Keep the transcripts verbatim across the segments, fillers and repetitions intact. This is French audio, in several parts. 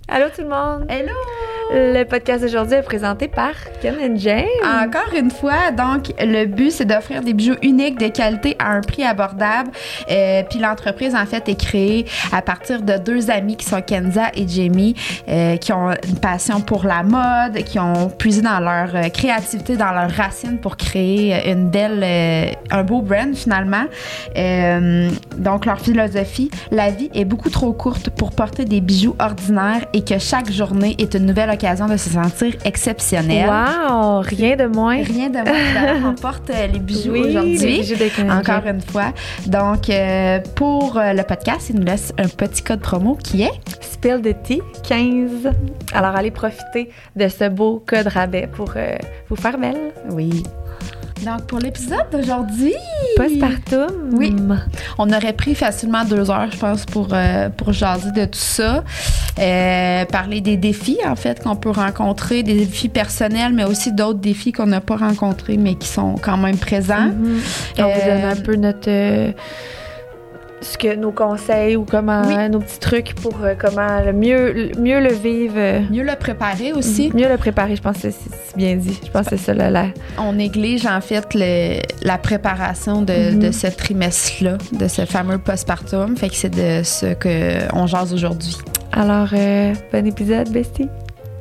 Allô tout le monde! Hello! Le podcast d'aujourd'hui est présenté par Ken and James. Encore une fois, donc, le but, c'est d'offrir des bijoux uniques de qualité à un prix abordable. Euh, Puis l'entreprise, en fait, est créée à partir de deux amis qui sont Kenza et Jamie, euh, qui ont une passion pour la mode, qui ont puisé dans leur euh, créativité, dans leurs racines pour créer une belle, euh, un beau brand, finalement. Euh, donc, leur philosophie, la vie est beaucoup trop courte pour porter des bijoux ordinaires et que chaque journée est une nouvelle occasion de se sentir exceptionnel. Wow! Rien de moins. Rien de moins. D'ailleurs, on porte euh, les bijoux oui, aujourd'hui. Les bijoux de Ken and Encore James. une fois. Donc, euh, pour euh, le podcast, il nous laisse un petit code promo qui est... Spill the tea quinze. Alors, allez profiter de ce beau code rabais pour euh, vous faire belle. Oui. Donc, pour l'épisode d'aujourd'hui... Postpartum. Oui. On aurait pris facilement deux heures, je pense, pour, euh, pour jaser de tout ça. Euh, parler des défis, en fait, qu'on peut rencontrer, des défis personnels, mais aussi d'autres défis qu'on n'a pas rencontrés, mais qui sont quand même présents. Mm-hmm. On Euh, vous donne un peu notre... euh, ce que nos conseils ou comment Oui. nos petits trucs pour euh, comment le mieux le mieux le vivre, euh, Mieux le préparer aussi. mieux le préparer, je pense que c'est, c'est bien dit. Je pense que c'est ça là. là. On néglige en fait le, la préparation de, Mm-hmm. de ce trimestre-là, de ce fameux postpartum. Fait que c'est de ce qu'on jase aujourd'hui. Alors euh, bon épisode, bestie.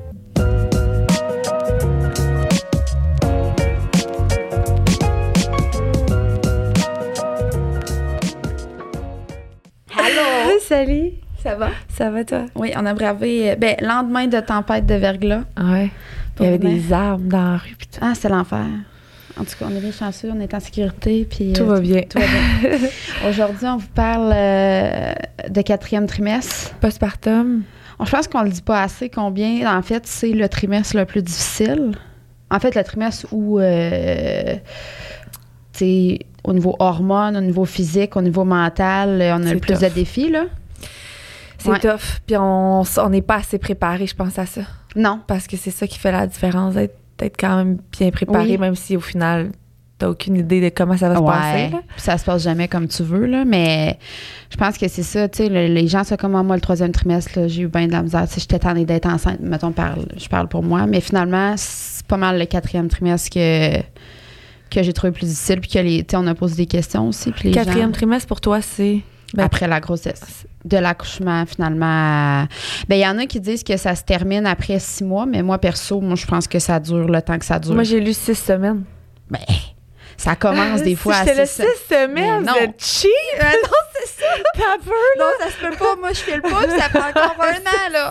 Allô! Salut. Ça va? Ça va toi? Oui, on a bravé. Ben, lendemain de tempête de verglas. Ouais. Il y avait Pour des arbres dans la rue pis tout. Ah, c'est l'enfer. En tout cas, on est bien chanceux, on est en sécurité. Puis, Tout euh, va bien. Tout va bien. Aujourd'hui, on vous parle euh, de quatrième trimestre. Postpartum. On- Je pense qu'on le dit pas assez combien, en fait, c'est le trimestre le plus difficile. En fait, le trimestre où, euh, tu sais, au niveau hormones, au niveau physique, au niveau mental, euh, on a C'est le plus tough. de défis, là. C'est Ouais. tough. Puis on on n'est pas assez préparé, je pense à ça. Non. Parce que c'est ça qui fait la différence, d'être, d'être quand même bien préparé, Oui. même si au final, t'as aucune idée de comment ça va se passer. là. Puis ça se passe jamais comme tu veux, là, mais je pense que c'est ça, tu sais, le- les gens sont comme moi, moi, le troisième trimestre, là, j'ai eu bien de la misère, tu sais, j'étais tannée d'être enceinte, mettons, parle, je parle pour moi, mais finalement, c'est pas mal le quatrième trimestre que, que j'ai trouvé plus difficile, puis que les, tu sais, on a posé des questions aussi, puis les Quatrième gens, trimestre pour toi, c'est. ben, après la grossesse, de l'accouchement, finalement, à- ben, il y en a qui disent que ça se termine après six mois, mais moi, perso, moi, je pense que ça dure le temps que ça dure. Moi, j'ai lu six semaines. Ben, ça commence des fois à J'étais le six- six semaines, Mais non. vous êtes cheap! non, c'est ça! T'as peur, là! Non, ça se peut pas. Moi, je file pas, puis ça fait encore un an, là.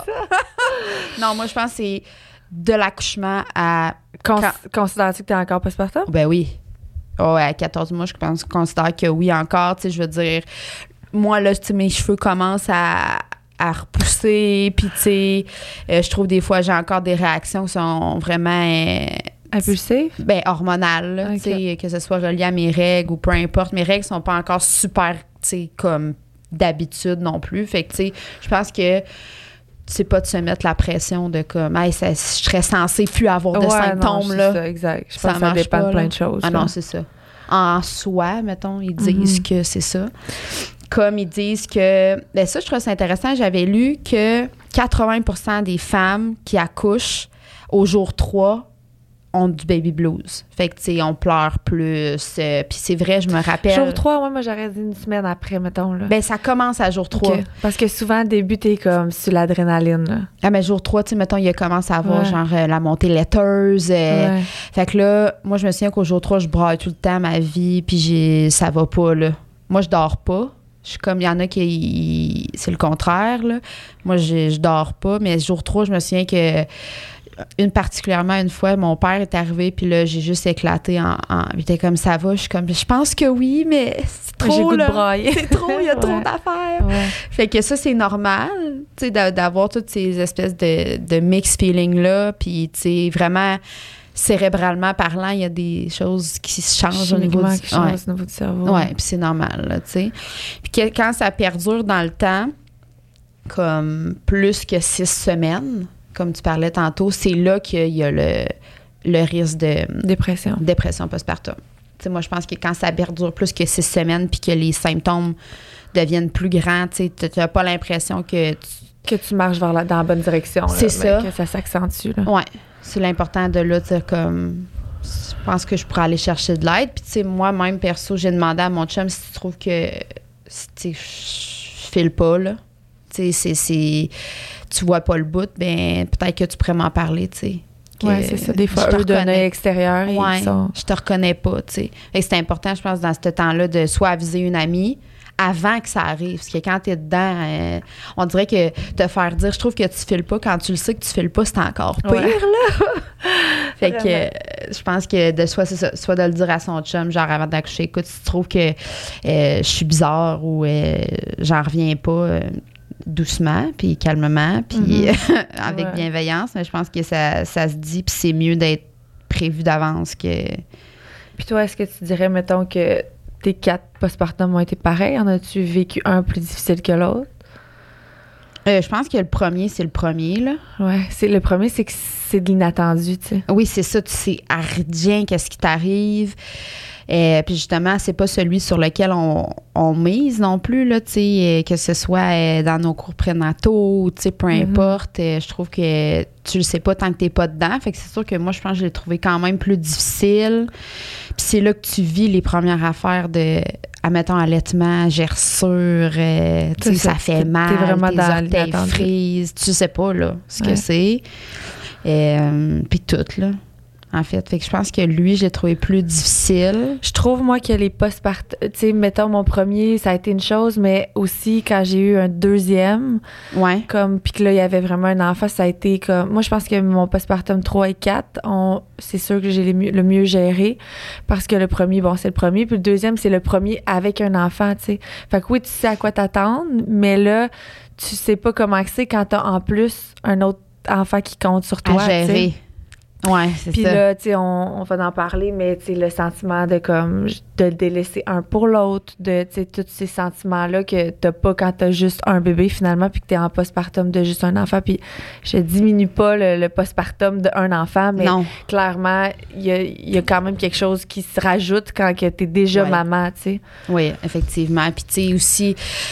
Non, moi, je pense que c'est de l'accouchement à... Cons- Quand- Considères-tu que t'es encore postpartum? Ben oui. Oh, à quatorze mois, je pense, je considère que oui, encore. Tu sais, je veux dire, moi, là, tu sais, mes cheveux commencent à, à repousser, puis tu sais, euh, je trouve des fois, j'ai encore des réactions qui sont vraiment... euh, Impulsif? ben, hormonales, là, Ok. tu sais, que ce soit relié à mes règles ou peu importe. Mes règles sont pas encore super, tu sais, comme d'habitude non plus. Fait que, tu sais, je pense que c'est pas de se mettre la pression de comme, hey, ça, je serais censée plus avoir de Ouais, symptômes, non, là. c'est ça, exact. Je Ça pense que ça marche dépend pas, de plein là. de choses. Ah là. non, c'est ça. En soi, mettons, ils disent Mhm. que c'est ça. Comme ils disent que... Ben ça, je trouve ça intéressant. J'avais lu que quatre-vingts pour cent des femmes qui accouchent au jour trois ont du baby blues. Fait que, tu sais, on pleure plus. euh, Puis c'est vrai, je me rappelle... Jour trois, ouais, moi, j'aurais dit une semaine après, mettons. Là. Ben ça commence à jour trois. Ok. Parce que souvent, au début, t'es comme sur l'adrénaline. Là. Ah, mais jour trois, tu sais, mettons, il commence à avoir Ouais. genre euh, la montée laiteuse. euh, Ouais. Fait que là, moi, je me souviens qu'au jour trois, je braille tout le temps ma vie, puis j'ai, ça va pas, là. Moi, je dors pas. Je suis comme, il y en a qui, ils- c'est le contraire, là. Moi, je, je dors pas, mais jour trois, je me souviens que, une particulièrement, une fois, mon père est arrivé, puis là, j'ai juste éclaté en... en il était comme, ça va? Je suis comme, je pense que oui, mais c'est trop, J'ai le goût de là. brailler. C'est trop, il y a trop Ouais. d'affaires. Ouais. Fait que ça, c'est normal, tu sais, d'a- d'avoir toutes ces espèces de, de mixed feelings-là. Puis, tu sais, vraiment, cérébralement parlant, il y a des choses qui se changent au niveau Chimiquement, du... qui change Ouais, au niveau du cerveau. ouais, puis c'est normal, là, tu sais. Puis que- quand ça perdure dans le temps, comme plus que six semaines, comme tu parlais tantôt, c'est là qu'il y a le, le risque de Dépression. dépression postpartum. Tu sais, moi, je pense que quand ça perdure plus que six semaines puis que les symptômes deviennent plus grands, tu sais, tu n'as pas l'impression que tu Que tu marches vers la, dans la bonne direction. Là, c'est ça. Que ça s'accentue. Là. Ouais. C'est l'important de là, tu sais, comme... Je pense que je pourrais aller chercher de l'aide. Puis, tu sais, moi-même, perso, j'ai demandé à mon chum si tu trouves que... Tu sais, je file pas, là. Tu sais, c'est, c'est... Tu vois pas le bout, ben peut-être que tu pourrais m'en parler, tu sais. Oui, c'est ça. Des fois, eux, d'un œil extérieur, ouais, ils sont... je te reconnais pas, tu sais. Et c'est important, je pense, dans ce temps-là, de soit aviser une amie avant que ça arrive. Parce que quand t'es dedans, euh, on dirait que te faire dire « Je trouve que tu files pas » quand tu le sais que tu files pas, c'est encore pire, ouais. là. Fait que euh, je pense que de soit, c'est ça, soit de le dire à son chum, genre avant d'accoucher, écoute, si tu trouves que euh, je suis bizarre ou euh, j'en reviens pas... Euh, doucement, puis calmement, puis mm-hmm. avec ouais. bienveillance. Mais je pense que ça, ça se dit, puis c'est mieux d'être prévu d'avance que... Puis toi, est-ce que tu dirais, mettons, que tes quatre postpartum ont été pareils? En as-tu vécu un plus difficile que l'autre? Euh, je pense que le premier, c'est le premier, là. Ouais, c'est, le premier, c'est que c'est de l'inattendu, tu sais. Oui, c'est ça, tu sais à rien qu'est-ce qui t'arrive. Euh, puis justement, c'est pas celui sur lequel on, on mise non plus, là, tu sais, que ce soit euh, dans nos cours prénataux ou, tu sais, peu importe. Mm-hmm. Euh, je trouve que tu le sais pas tant que t'es pas dedans. Fait que c'est sûr que moi, je pense que je l'ai trouvé quand même plus difficile. Puis c'est là que tu vis les premières affaires de, admettons, allaitement, gerçure, euh, tu sais, ça, ça fait mal, t'es vraiment tes dans orteils frisent. Tu sais pas, là, ce ouais. que c'est. Euh, puis tout, là. En fait. Fait que je pense que lui, j'ai trouvé plus difficile. Je trouve, moi, que les postpartum... Tu sais, mettons, mon premier, ça a été une chose, mais aussi, quand j'ai eu un deuxième, ouais. comme, puis que là, il y avait vraiment un enfant, ça a été comme... Moi, je pense que mon postpartum trois et quatre, on, c'est sûr que j'ai le mieux, le mieux géré, parce que le premier, bon, c'est le premier, puis le deuxième, c'est le premier avec un enfant, tu sais. Fait que oui, tu sais à quoi t'attendre, mais là, tu sais pas comment c'est quand t'as en plus un autre enfant qui compte sur toi, à gérer. T'sais. Ouais, c'est Puis ça. là, tu sais, on, on va en parler, mais tu sais, le sentiment de comme de le délaisser un pour l'autre, de tu sais, tous ces sentiments-là que t'as pas quand t'as juste un bébé finalement, puis que t'es en postpartum de juste un enfant. Puis je diminue pas le, le postpartum d'un enfant, mais non. Clairement, il y a, y a quand même quelque chose qui se rajoute quand que t'es déjà ouais. maman, tu sais. Oui, effectivement. Puis tu sais aussi,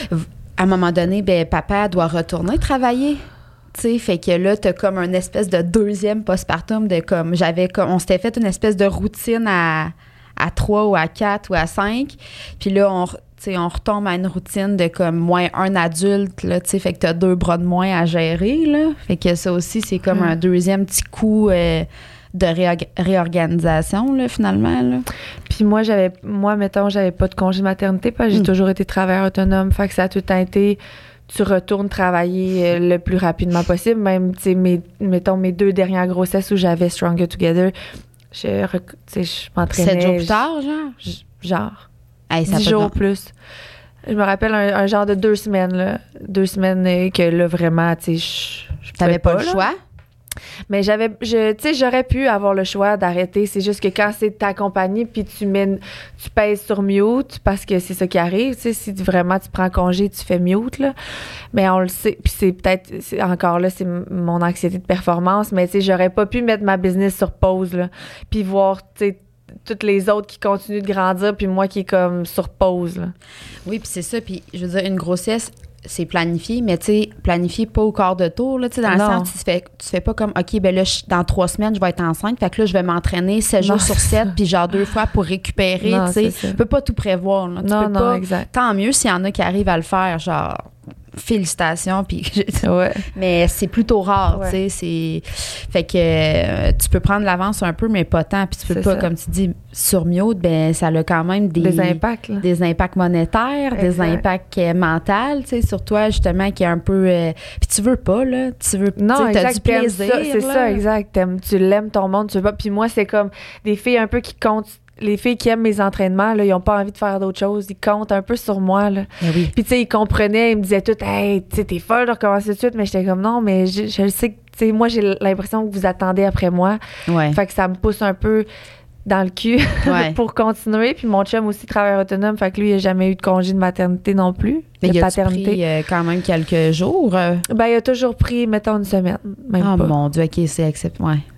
à un moment donné, ben papa doit retourner travailler. T'sais, fait que là, t'as comme une espèce de deuxième postpartum de comme, j'avais comme, on s'était fait une espèce de routine à, à trois ou à quatre ou à cinq. Puis là, on, t'sais, on retombe à une routine de comme moins un adulte, là, t'sais, fait que t'as deux bras de moins à gérer, là. Fait que ça aussi, c'est comme mmh. un deuxième petit coup euh, de réorg- réorganisation, là, finalement, là. Puis moi, j'avais, moi, mettons, j'avais pas de congé maternité parce que j'ai mmh. toujours été travailleur autonome. Fait que ça a tout le temps été... tu retournes travailler le plus rapidement possible. Même, tu sais, mes, mettons, mes deux dernières grossesses où j'avais Stronger Together, je, tu sais, je m'entraînais... Sept jours plus tard, genre? Je, genre. Hey, ça dix jours plus. Je me rappelle un, un genre de deux semaines, là. Deux semaines que, là, vraiment, tu sais, je... T'avais pas, pas le là. choix? Mais j'avais, je, tu sais, j'aurais pu avoir le choix d'arrêter. C'est juste que quand c'est ta compagnie, puis tu mets, tu pèses sur mute parce que c'est ça qui arrive. Tu sais, si vraiment tu prends congé, tu fais mute, là. Mais on le sait. Puis c'est peut-être, c'est, encore là, c'est mon anxiété de performance. Mais tu sais, j'aurais pas pu mettre ma business sur pause, là. Puis voir, tu sais, toutes les autres qui continuent de grandir, puis moi qui est comme sur pause, là. Oui, puis c'est ça. Puis je veux dire, une grossesse, c'est planifié, mais tu sais, planifié pas au quart de tour, là, tu sais, dans non. le sens, tu fais, tu fais pas comme, OK, ben là, je, dans trois semaines, je vais être enceinte, fait que là, je vais m'entraîner sept jours sur sept, puis genre deux fois pour récupérer, tu sais. Tu peux pas tout prévoir, là. Tu non, peux non, pas, exact. Tant mieux s'il y en a qui arrivent à le faire, genre... félicitations, puis ouais. mais c'est plutôt rare, ouais. tu sais, c'est fait que euh, tu peux prendre l'avance un peu, mais pas tant, puis tu peux c'est pas, ça. Comme tu dis, sur mute, ben ça a quand même des, des impacts, là. des impacts monétaires, exact. Des impacts euh, mentaux, tu sais, sur toi justement qui est un peu, euh, puis tu veux pas là, tu veux, non, t'as du plaisir, ça, c'est là. Ça, exact, T'aimes, tu l'aimes ton monde, tu veux pas, puis moi c'est comme des filles un peu qui comptent. Les filles qui aiment mes entraînements, là, ils n'ont pas envie de faire d'autres choses. Ils comptent un peu sur moi, là. Oui. Puis, tu sais, ils comprenaient, ils me disaient tout, hey, tu sais, t'es folle de recommencer tout de suite. Mais j'étais comme, non, mais je, je le sais que, tu sais, moi, j'ai l'impression que vous attendez après moi. Ouais. Fait que ça me pousse un peu dans le cul ouais. pour continuer. Puis, mon chum aussi, travailleur autonome. Fait que lui, il n'a jamais eu de congé de maternité non plus. Mais de il a paternité. Pris, euh, quand même quelques jours? Euh... Ben, il a toujours pris, mettons, une semaine. Même oh pas. Mon Dieu, OK, c'est accepté. Ouais.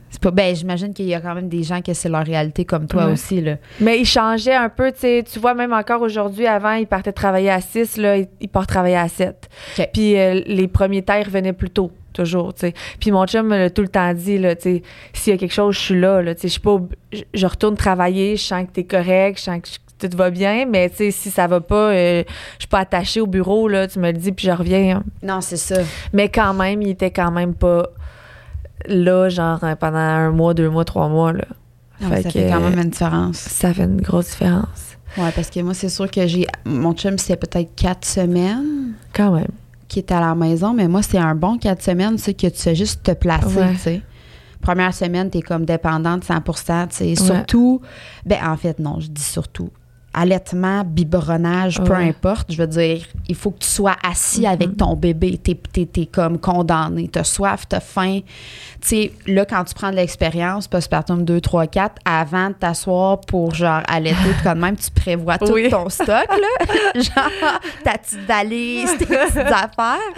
C'est pas, ben, j'imagine qu'il y a quand même des gens que c'est leur réalité comme toi ouais. aussi, là. Mais il changeait un peu, tu sais. Tu vois, même encore aujourd'hui, avant, il partait travailler à six, là, il, il part travailler à sept. Okay. Puis euh, les premiers temps, il revenait plus tôt, toujours, tu sais. Puis mon chum me l'a tout le temps dit, là, tu sais, s'il y a quelque chose, je suis là, là, tu sais. Je suis pas, ob- je, je retourne travailler, je sens que t'es correct, je sens que tout va bien, mais tu sais, si ça va pas, euh, je suis pas attachée au bureau, là, tu me le dis, puis je reviens. Non, c'est ça. Mais quand même, il était quand même pas là, genre, pendant un mois, deux mois, trois mois, là. Non, Fait ça que, fait quand même une différence. Ça fait une grosse différence. Ouais, parce que moi, c'est sûr que j'ai... Mon chum, c'est peut-être quatre semaines Quand même. qui est à la maison, mais moi, c'est un bon quatre semaines, c'est que tu sais juste te placer, Ouais. tu sais. Première semaine, t'es comme dépendante cent pour cent, tu sais. Ouais. Surtout... Ben, en fait, non, je dis surtout. Allaitement, biberonnage, peu Ouais. importe, je veux dire, il faut que tu sois assis Mm-hmm. avec ton bébé. T'es, t'es, t'es comme condamné. T'as soif, t'as faim. Tu sais, là, quand tu prends de l'expérience, postpartum deux, trois, quatre, avant de t'asseoir pour, genre, allaiter, tout quand même, tu prévois tout Oui. ton stock, là. Genre, ta petite valise, tes petites affaires.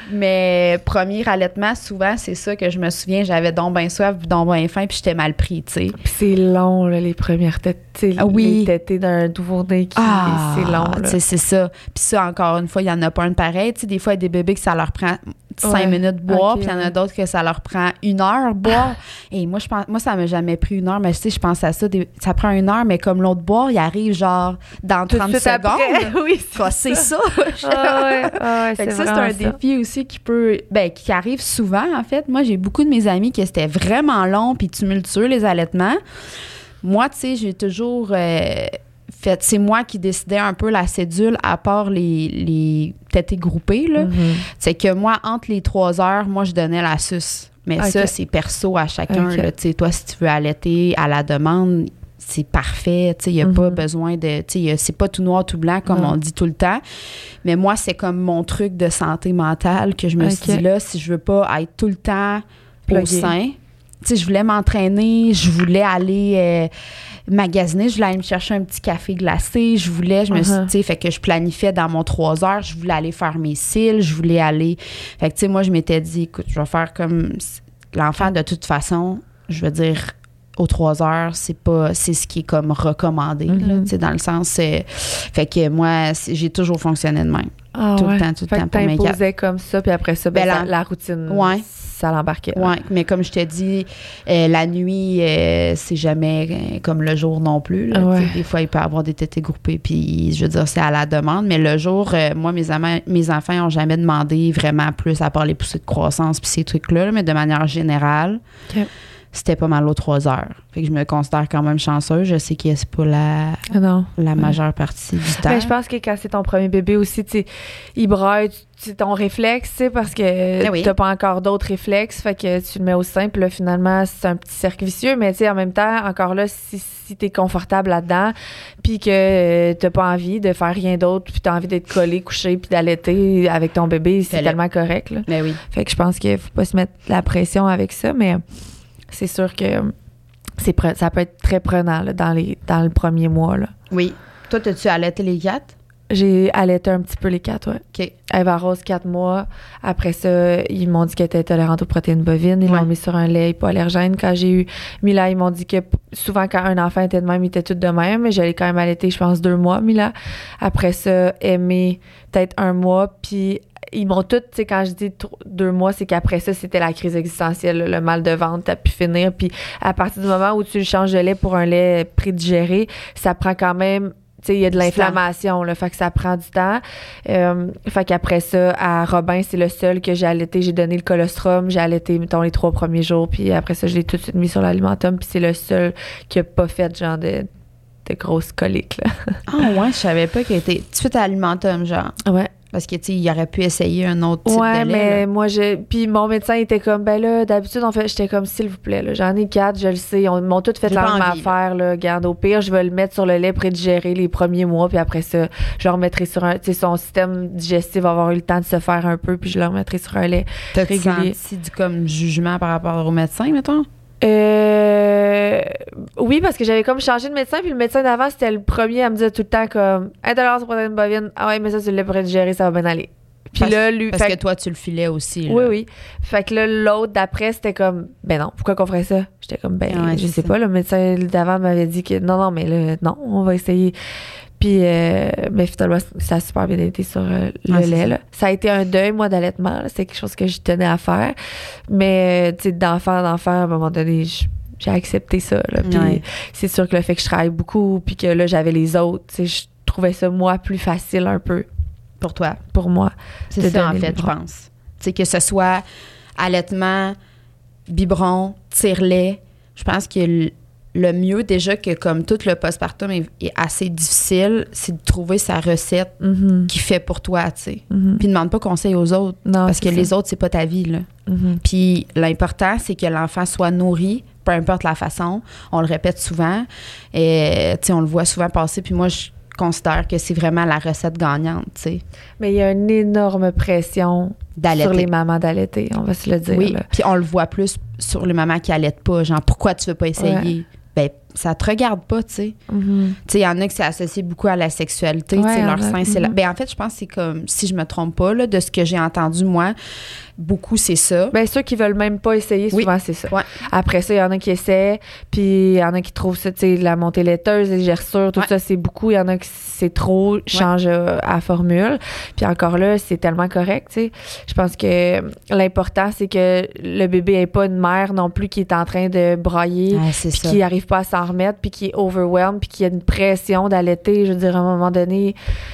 Mais premier allaitement, souvent, c'est ça que je me souviens, j'avais donc bien soif, puis donc bien faim, puis j'étais mal pris, tu sais. Puis c'est long, là, les premières têtes. Ah oui. Les tétées d'un nouveau-né qui. Ah, c'est long, tu là. sais, c'est ça. Puis ça, encore une fois, il y en a pas un de pareil. Tu sais, des fois, il y a des bébés que ça leur prend cinq Ouais. minutes de boire, Ok, puis il y en a ouais. d'autres que ça leur prend une heure de boire. Et moi, je pense, moi, ça m'a jamais pris une heure, mais tu sais, je pense à ça. Des, ça prend une heure, mais comme l'autre boire, il arrive genre dans Tout de trente suite secondes. après. Oui, c'est Quoi, c'est ça. Ah ouais, ah ouais, Fait que c'est ça, c'est vraiment un ça. défi aussi qui peut, ben, qui arrive souvent, en fait. Moi, j'ai beaucoup de mes amis que c'était vraiment long puis tumultueux, les allaitements. Moi, tu sais, j'ai toujours euh, fait, c'est moi qui décidais un peu la cédule, à part les, les tétés groupés, là. Mhm. C'est que moi, entre les trois heures, moi, je donnais la suce. Mais Ok. ça, c'est perso à chacun, Ok. là. Tu sais, toi, si tu veux allaiter à la demande, c'est parfait, tu sais, il n'y a Mhm. pas besoin de, tu sais, c'est pas tout noir, tout blanc, comme Non. on dit tout le temps. Mais moi, c'est comme mon truc de santé mentale que je me suis Ok. dit, là, si je veux pas être tout le temps au Plugué. sein, tu sais, je voulais m'entraîner, je voulais aller euh, magasiner, je voulais aller me chercher un petit café glacé, je voulais, je me suis, Uh-huh. tu sais, fait que je planifiais dans mon trois heures, je voulais aller faire mes cils, je voulais aller, fait que, tu sais, moi, je m'étais dit, écoute, je vais faire comme l'enfant, de toute façon, je veux dire, aux trois heures, c'est pas, c'est ce qui est comme recommandé, là, Mhm. tu sais, dans le sens, euh, fait que moi, c'est- j'ai toujours fonctionné de même. Ah Tout le ouais. temps, tout le Fait temps que pour mes quatre. t'imposais comme ça, puis après ça, ben, Ben, ça- la- la routine, Ouais. ça l'embarquait. Oui, mais comme je te dis, euh, la nuit, euh, c'est jamais euh, comme le jour non plus. Là, Ouais. tu sais. Des fois, il peut y avoir des tétés groupés, puis je veux dire, c'est à la demande. Mais le jour, euh, moi, mes, ama- mes enfants n'ont jamais demandé vraiment plus, à part les poussées de croissance puis ces trucs-là, là, mais de manière générale, Ok. c'était pas mal aux trois heures. Fait que je me considère quand même chanceuse. Je sais que c'est pas la, Ah non. la majeure partie du temps. Ben, je pense que quand c'est ton premier bébé aussi, tu sais, il braille, tu- c'est ton réflexe, tu sais, parce que Ben oui. t'as pas encore d'autres réflexes, fait que tu le mets au sein, puis là, finalement, c'est un petit cercle vicieux, mais tu sais, en même temps, encore là, si, si t'es confortable là-dedans, puis que euh, t'as pas envie de faire rien d'autre, puis t'as envie d'être collé, couché, puis d'allaiter avec ton bébé, c'est Fais-le. tellement correct, là. Ben oui. Fait que je pense qu'il faut pas se mettre la pression avec ça, mais c'est sûr que c'est pre- ça peut être très prenant là, dans, les, dans le premier mois, là. Oui. Toi, t'as-tu allaité les quatre? J'ai allaité un petit peu les quatre, ouais. OK. Eva Rose, quatre mois. Après ça, ils m'ont dit qu'elle était tolérante aux protéines bovines. Ils Ouais. l'ont mis sur un lait hypoallergène. Quand j'ai eu Mila, ils m'ont dit que p- souvent, quand un enfant était de même, il était tout de même. Mais j'allais quand même allaiter, je pense, deux mois, Mila. Après ça, Aimé, peut-être un mois. Puis ils m'ont tout, tu sais, quand je dis tr- deux mois, c'est qu'après ça, c'était la crise existentielle, là, le mal de ventre, t'as pu finir. Puis à partir du moment où tu le changes de lait pour un lait prédigéré, ça prend quand même... Tu sais, il y a de Du l'inflammation, là, fait que ça prend du temps. Euh, fait qu'après ça, à Robin, c'est le seul que j'ai allaité. J'ai donné le colostrum, j'ai allaité, mettons, les trois premiers jours, puis après ça, je l'ai tout de suite mis sur l'alimentum, puis c'est le seul qui a pas fait, genre, de, de grosses coliques, là. Ah ouais, je savais pas qu'il était... Tu fais ta alimentum, genre. Ouais. Parce que, tu sais, il aurait pu essayer un autre type Ouais, de lait. mais là. moi, je. Puis mon médecin était comme, ben là, d'habitude, on fait. J'étais comme, s'il vous plaît, là, j'en ai quatre, je le sais. Ils m'ont toutes fait J'ai la pas même envie, affaire, là. Garde, au pire, je vais le mettre sur le lait prédigéré les premiers mois, puis après ça, je le remettrai sur un. Tu sais, son système digestif va avoir eu le temps de se faire un peu, puis je le remettrai sur un lait T'as-tu régulier. senti du comme jugement par rapport au médecin, mettons? Euh, oui, parce que j'avais comme changé de médecin, puis le médecin d'avant, c'était le premier à me dire tout le temps comme, intolérance aux protéines bovines, ah ouais, mais ça, tu le lait prédigéré, ça va bien aller. Puis parce, là, lui. Parce fait, que toi, tu le filais aussi. Là. Oui, oui. Fait que là, l'autre d'après, c'était comme, ben non, pourquoi qu'on ferait ça? J'étais comme, ben, ouais, je sais ça. pas, le médecin d'avant m'avait dit que non, non, mais là, non, on va essayer. Puis, euh, mais finalement, ça a super bien été sur euh, le ouais, lait. Là. Ça a été un deuil, moi, d'allaitement. C'est quelque chose que je tenais à faire. Mais, tu sais, d'enfant, d'enfant, à un moment donné, je, j'ai accepté ça. Là. Puis, ouais. c'est sûr que le fait que je travaille beaucoup, puis que là, j'avais les autres, tu sais, je trouvais ça, moi, plus facile un peu. Pour toi. Pour moi. C'est ça, en fait, je pense. Tu sais, que ce soit allaitement, biberon, tire-lait, je pense que le, le mieux, déjà, que comme tout le postpartum est, est assez difficile, c'est de trouver sa recette mm-hmm. qui fait pour toi, tu sais. Mm-hmm. Puis demande pas conseil aux autres. Non, parce que ça. les autres, c'est pas ta vie, là. Mm-hmm. Puis l'important, c'est que l'enfant soit nourri, peu importe la façon. On le répète souvent. Et, tu sais, on le voit souvent passer. Puis moi, je considère que c'est vraiment la recette gagnante, tu sais. Mais il y a une énorme pression D'allaiter. sur les mamans d'allaiter, on va se le dire. Oui, là. puis on le voit plus sur les mamans qui allaitent pas. Genre, pourquoi tu veux pas essayer? Ouais. Ben, ça te regarde pas, tu sais. Mm-hmm. Tu sais, il y en a que c'est associé beaucoup à la sexualité, Ouais, tu sais, leur a, sein, mm-hmm. c'est la... Ben, en fait, je pense que c'est comme, si je me trompe pas, là, de ce que j'ai entendu, moi, beaucoup, c'est ça. Ben, ceux qui veulent même pas essayer, souvent, oui. c'est ça. Ouais. Après ça, il y en a qui essaient, puis il y en a qui trouvent ça, tu sais, la montée laiteuse, les gerçures, tout ouais. ça, c'est beaucoup. Il y en a qui c'est trop, change ouais. à la formule. Puis encore là, c'est tellement correct, tu sais. Je pense que l'important, c'est que le bébé ait pas une mère non plus qui est en train de brailler, ah, puis qui n'arrive pas à s'en remettre, puis qui est overwhelmed, puis qui a une pression d'allaiter. Je veux dire, à un moment donné,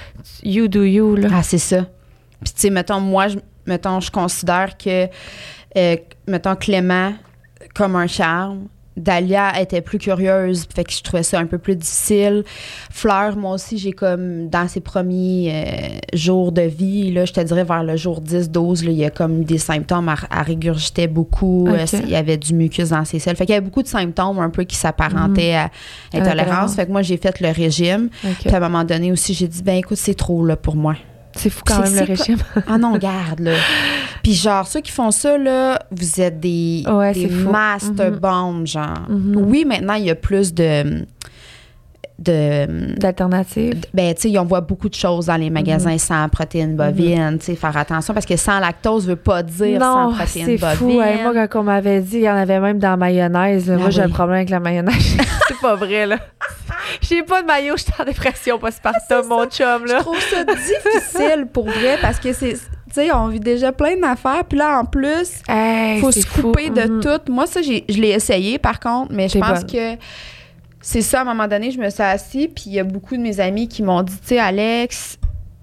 you do you, là. Ah, c'est ça. Puis, tu sais, mettons, moi, je, mettons, je considère que, euh, mettons, Clément, comme un charme, Dalia était plus curieuse, fait que je trouvais ça un peu plus difficile. Fleur, moi aussi, j'ai comme, dans ses premiers euh, jours de vie, là, je te dirais vers le jour dix douze, là, il y a comme des symptômes, elle, elle régurgitait beaucoup, okay. euh, il y avait du mucus dans ses selles. Fait qu'il y avait beaucoup de symptômes un peu qui s'apparentaient mmh. à intolérance. Fait que moi, j'ai fait le régime. Okay. Puis à un moment donné aussi, j'ai dit, ben écoute, c'est trop là pour moi. C'est fou quand c'est, même, le régime. Quoi? Ah non, garde, là. Puis genre, ceux qui font ça, là, vous êtes des, ouais, des master mm-hmm. bombs, genre. Mm-hmm. Oui, maintenant, il y a plus de... de d'alternatives. Ben, tu sais, on voit beaucoup de choses dans les magasins mm-hmm. sans protéines bovines, mm-hmm. tu sais, faire attention, parce que sans lactose veut pas dire non, sans protéines c'est bovines. Fou. Hey, moi, quand on m'avait dit, il y en avait même dans la mayonnaise. Ah, moi, oui. j'ai un problème avec la mayonnaise. C'est pas vrai, là. J'ai pas de maillot, je suis en dépression postpartum, ah, mon chum, là. Je trouve ça difficile, pour vrai, parce que c'est... Tu sais, on vit déjà plein d'affaires, puis là, en plus, il hey, faut se couper fou. de mm-hmm. tout. Moi, ça, j'ai, je l'ai essayé, par contre, mais je pense bonne. que c'est ça, à un moment donné, je me suis assise, puis il y a beaucoup de mes amis qui m'ont dit, tu sais, Alex,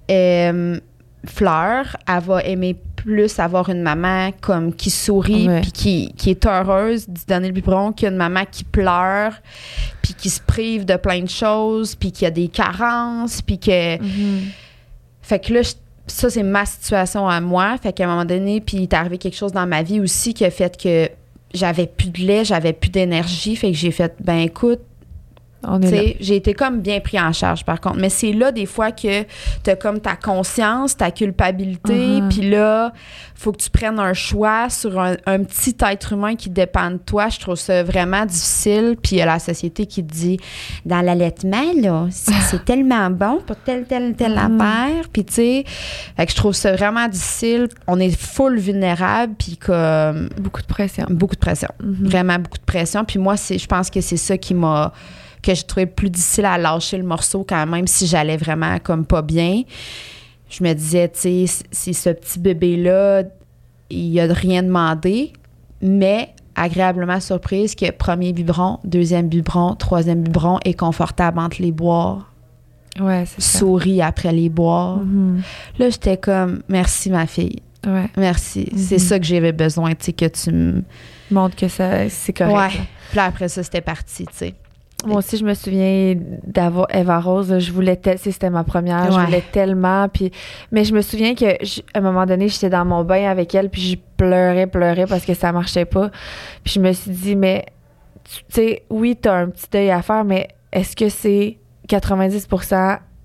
euh, Fleur, elle va aimer plus avoir une maman comme qui sourit ouais. puis qui, qui est heureuse d'y donner le biberon qu'une maman qui pleure puis qui se prive de plein de choses puis qui a des carences puis que... Mm-hmm. Fait que là, je, ça, c'est ma situation à moi. Fait qu'à un moment donné, puis il est arrivé quelque chose dans ma vie aussi qui a fait que j'avais plus de lait, j'avais plus d'énergie. Fait que j'ai fait, ben écoute, On est là. J'ai été comme bien pris en charge, par contre. Mais c'est là, des fois, que t'as comme ta conscience, ta culpabilité, uh-huh. puis là, faut que tu prennes un choix sur un, un petit être humain qui dépend de toi. Je trouve ça vraiment difficile. Puis il y a la société qui te dit, dans l'allaitement, là, c'est, c'est tellement bon pour telle, telle, telle uh-huh. affaire. Puis tu sais, fait que je trouve ça vraiment difficile. On est full vulnérable, puis comme... Beaucoup de pression. Beaucoup de pression. Uh-huh. Vraiment beaucoup de pression. Puis moi, c'est, je pense que c'est ça qui m'a... que j'ai trouvé plus difficile à lâcher le morceau quand même si j'allais vraiment comme pas bien. Je me disais, tu sais, c'est ce petit bébé-là, il a rien demandé, mais agréablement surprise que premier biberon, deuxième biberon, troisième biberon est confortable entre les boires. Ouais, c'est ça. Sourit après les boires. Mm-hmm. Là, j'étais comme, merci ma fille. Ouais. Merci. Mm-hmm. C'est ça que j'avais besoin, tu sais, que tu me... montres que ça, c'est correct. Ouais. Puis là, après ça, c'était parti, tu sais. Moi aussi, je me souviens d'avoir Eva Rose. Je voulais tellement, c'était ma première. Ouais. Je voulais tellement. Puis, mais je me souviens qu'à un moment donné, j'étais dans mon bain avec elle, puis je pleurais, pleurais parce que ça marchait pas. Puis je me suis dit, mais tu sais, oui, t'as un petit deuil à faire, mais est-ce que c'est quatre-vingt-dix pour cent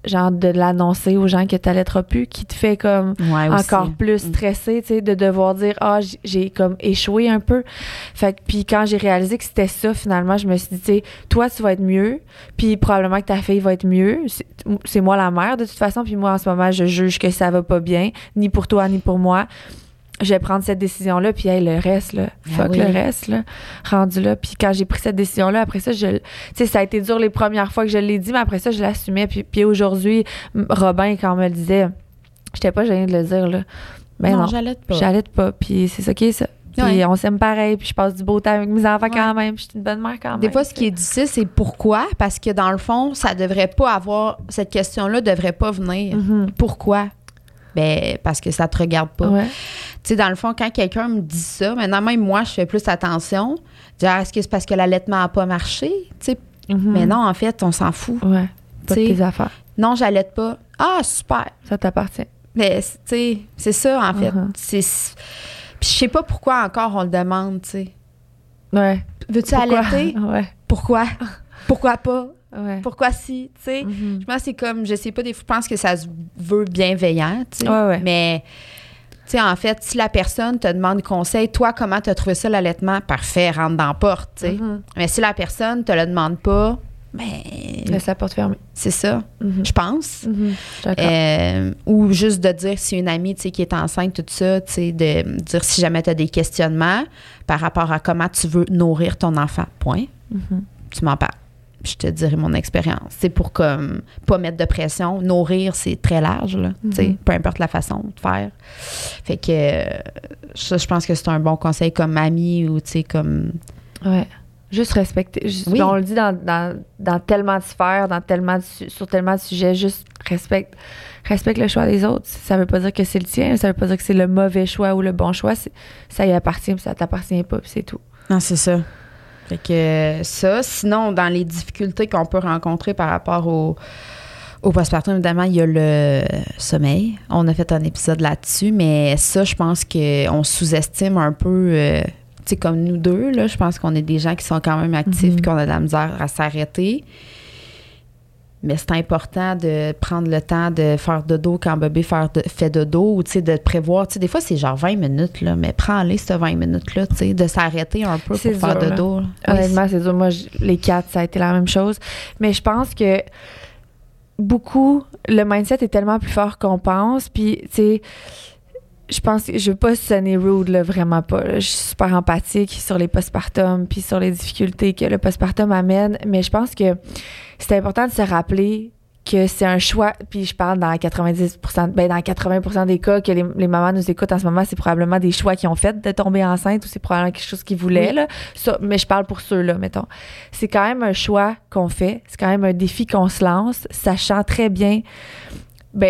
genre de l'annoncer aux gens que t'allaiteras plus, qui te fait comme Ouais, encore aussi. plus stressé, tu sais, de devoir dire ah j- j'ai comme échoué un peu. Fait que puis quand j'ai réalisé que c'était ça finalement, je me suis dit tu sais, toi tu vas être mieux, puis probablement que ta fille va être mieux. C'est, c'est moi la mère de toute façon, puis moi en ce moment je juge que ça va pas bien, ni pour toi ni pour moi. Je vais prendre cette décision-là, puis hey, le reste, là, fuck oui. le reste, là, rendu là. Puis quand j'ai pris cette décision-là, après ça, je, tu sais, ça a été dur les premières fois que je l'ai dit, mais après ça, je l'assumais. Puis, puis aujourd'hui, m- Robin, quand on me le disait, j'étais pas gênée de le dire, là. Ben non, non, j'allaite pas. j'allaite pas. Puis c'est ça qui est ça. Puis Ouais. on s'aime pareil, puis je passe du beau temps avec mes enfants Ouais. quand même, puis je suis une bonne mère quand même. Des fois, ce qui est difficile, c'est pourquoi? Parce que dans le fond, ça devrait pas avoir... Cette question-là devrait pas venir. Mhm. Pourquoi? Ben, parce que ça te regarde pas. Ouais. Tu sais, dans le fond, quand quelqu'un me dit ça, maintenant, même moi, je fais plus attention. Dire, ah, est-ce que c'est parce que l'allaitement n'a pas marché? Tu sais, Mhm. mais non, en fait, on s'en fout. Ouais. Pas de T'sais, tes affaires. Non, j'allaite pas. Ah, super. Ça t'appartient. Mais, tu sais, c'est ça, en fait. Mhm. C'est... Puis je sais pas pourquoi encore on le demande, tu sais. Ouais. Veux-tu Pourquoi? allaiter? Ouais. Pourquoi? Pourquoi pas? Ouais. Pourquoi si? Tu sais, Mhm. je pense que c'est comme, je sais pas, des fois, je pense que ça se veut bienveillant, tu sais. Ouais, ouais. Mais, tu sais, en fait, si la personne te demande conseil, toi, comment tu as trouvé ça l'allaitement? Parfait, rentre dans la porte, tu sais. Mhm. Mais si la personne te le demande pas, ben, Laisse la porte fermée. c'est ça, Mhm. je pense. Mhm. D'accord. Euh, ou juste de dire si une amie, tu sais, qui est enceinte, tout ça, tu sais, de dire si jamais tu as des questionnements par rapport à comment tu veux nourrir ton enfant, point. Mhm. Tu m'en parles. Je te dirai mon expérience. C'est pour comme pas mettre de pression. Nourrir, c'est très large, là, tu sais, Mhm. peu importe la façon de faire. Fait que euh, ça, je pense que c'est un bon conseil comme amie ou, tu sais, comme... Ouais. Juste respecter. Juste- Oui. On le dit dans, dans, dans tellement de sphères, dans tellement de su- sur tellement de sujets, juste respecte, respecte le choix des autres. Ça veut pas dire que c'est le tien, ça veut pas dire que c'est le mauvais choix ou le bon choix. C'est- ça y appartient, puis ça t'appartient pas, puis c'est tout. Non, c'est ça. Fait que euh, ça, sinon, dans les difficultés qu'on peut rencontrer par rapport au, au postpartum, évidemment, il y a le sommeil. On a fait un épisode là-dessus, mais ça, je pense qu'on sous-estime un peu, euh, tu sais, comme nous deux, là, je pense qu'on est des gens qui sont quand même actifs Mhm. et qu'on a de la misère à s'arrêter. Mais c'est important de prendre le temps de faire dodo quand bébé faire de- fait dodo ou, tu sais, de prévoir. Tu sais, des fois, c'est genre vingt minutes, là, mais prends-les, ces vingt minutes-là, tu sais, de s'arrêter un peu C'est pour faire dur, là. dodo. là. Oui, Honnêtement, c'est dur. Moi, je- les quatre, ça a été la même chose. Mais je pense que beaucoup, le mindset est tellement plus fort qu'on pense. Puis, tu sais, je pense que je veux pas sonner rude, là, vraiment pas. là. Je suis super empathique sur les postpartum puis sur les difficultés que le postpartum amène. Mais je pense que c'est important de se rappeler que c'est un choix, puis je parle dans quatre-vingt-dix pour cent, ben dans quatre-vingts pour cent des cas que les, les mamans nous écoutent en ce moment, c'est probablement des choix qu'ils ont fait de tomber enceinte ou c'est probablement quelque chose qu'ils voulaient, Oui. là. Ça, mais je parle pour ceux-là, mettons. C'est quand même un choix qu'on fait, c'est quand même un défi qu'on se lance, sachant très bien, ben,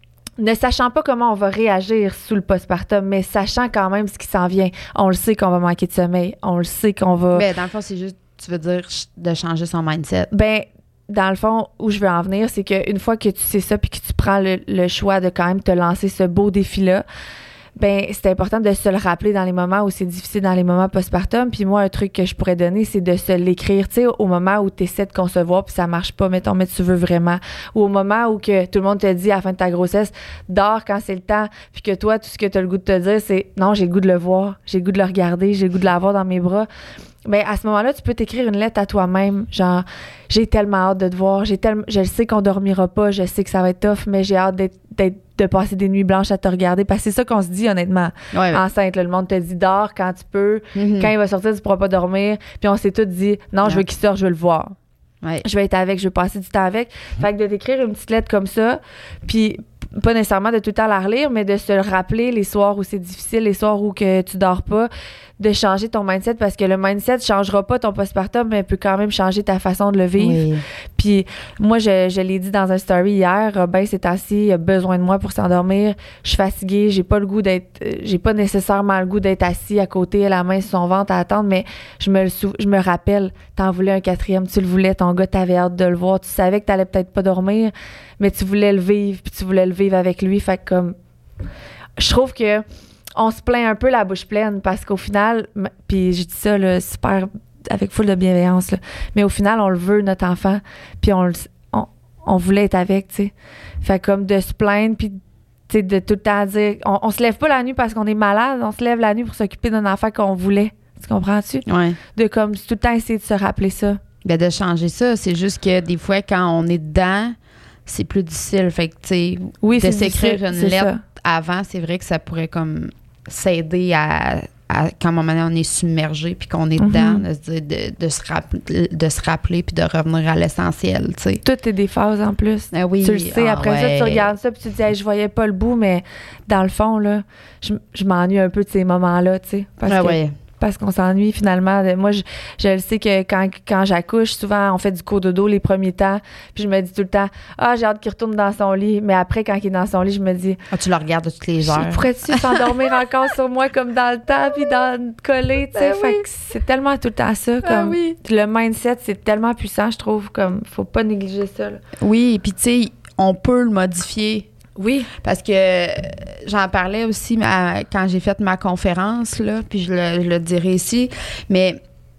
ne sachant pas comment on va réagir sous le postpartum, mais sachant quand même ce qui s'en vient. On le sait qu'on va manquer de sommeil, on le sait qu'on va... Ben, dans le fond, c'est juste, tu veux dire, ch- de changer son mindset. Ben, dans le fond, où je veux en venir, c'est qu'une fois que tu sais ça puis que tu prends le, le choix de quand même te lancer ce beau défi-là, ben c'est important de se le rappeler dans les moments où c'est difficile, dans les moments postpartum. Puis moi, un truc que je pourrais donner, c'est de se l'écrire, tu sais, au moment où tu essaies de concevoir puis ça marche pas, mettons, mais tu veux vraiment. Ou au moment où que tout le monde te dit à la fin de ta grossesse, dors quand c'est le temps, puis que toi, tout ce que tu as le goût de te dire, c'est non, j'ai le goût de le voir, j'ai le goût de le regarder, j'ai le goût de l'avoir dans mes bras. Ben à ce moment-là, tu peux t'écrire une lettre à toi-même, genre j'ai tellement hâte de te voir, j'ai tellement je sais qu'on dormira pas, je sais que ça va être tough, mais j'ai hâte d'être, d'être de passer des nuits blanches à te regarder parce que c'est ça qu'on se dit honnêtement. Ouais, Enceinte, là, le monde te dit dors quand tu peux, Mhm. quand il va sortir, tu pourras pas dormir, puis on s'est tous dit non, je veux Ouais. qu'il sorte, je veux le voir. Ouais. Je vais être avec, je vais passer du temps avec. Fait que de t'écrire une petite lettre comme ça, puis pas nécessairement de tout le temps la relire, mais de se le rappeler les soirs où c'est difficile, les soirs où que tu dors pas, de changer ton mindset parce que le mindset changera pas ton postpartum, mais peut quand même changer ta façon de le vivre. Oui. Puis moi, je, je l'ai dit dans un story hier, Robin, c'est assis, il a besoin de moi pour s'endormir. Je suis fatiguée, j'ai pas le goût d'être, euh, j'ai pas nécessairement le goût d'être assis à côté, la main sur son ventre à attendre, mais je me le sou- je me rappelle, t'en voulais un quatrième, tu le voulais, ton gars, t'avais hâte de le voir, tu savais que t'allais peut-être pas dormir, mais tu voulais le vivre, puis tu voulais le vivre avec lui. Fait que comme, je trouve que on se plaint un peu la bouche pleine parce qu'au final, m- puis je dis ça là, super avec full de bienveillance, là, mais au final, on le veut, notre enfant, puis on le, on, on voulait être avec, tu sais. Fait comme de se plaindre, puis tu sais, de tout le temps dire... On, on se lève pas la nuit parce qu'on est malade, on se lève la nuit pour s'occuper d'un enfant qu'on voulait. Tu comprends-tu? Ouais. De comme tout le temps essayer de se rappeler ça. Ben de changer ça, c'est juste que des fois, quand on est dedans, c'est plus difficile. Fait que, tu sais, oui, de c'est s'écrire difficile, une c'est lettre ça. avant, c'est vrai que ça pourrait comme s'aider à, à quand à un moment donné, on est submergé puis qu'on est Mm-hmm. dedans, de, se dire- de, de, se rappeler, de se rappeler puis de revenir à l'essentiel, tu sais. Tout est des phases en plus. Ah oui, Tu le sais, ah après ouais. ça, tu regardes ça, puis tu te dis, hey, je voyais pas le bout, mais dans le fond, là, je, je m'ennuie un peu de ces moments-là, tu sais. Parce Ah que ouais. parce qu'on s'ennuie finalement. De- moi, je, je le sais que quand, quand j'accouche, souvent, on fait du cododo les premiers temps. Puis je me dis tout le temps, ah, j'ai hâte qu'il retourne dans son lit. Mais après, quand il est dans son lit, je me dis, Ah, tu le regardes de toutes les heures. pourrais-tu s'endormir encore sur moi comme dans le temps, puis dans coller, tu sais? Ben Fait oui. que c'est tellement tout le temps ça. Ah Comme, oui. le mindset, c'est tellement puissant, je trouve. Comme, faut pas négliger ça. là. Oui, puis tu sais, on peut le modifier. Oui. Parce que euh, j'en parlais aussi à- quand j'ai fait ma conférence, là, puis je le, je le dirai ici. Mais,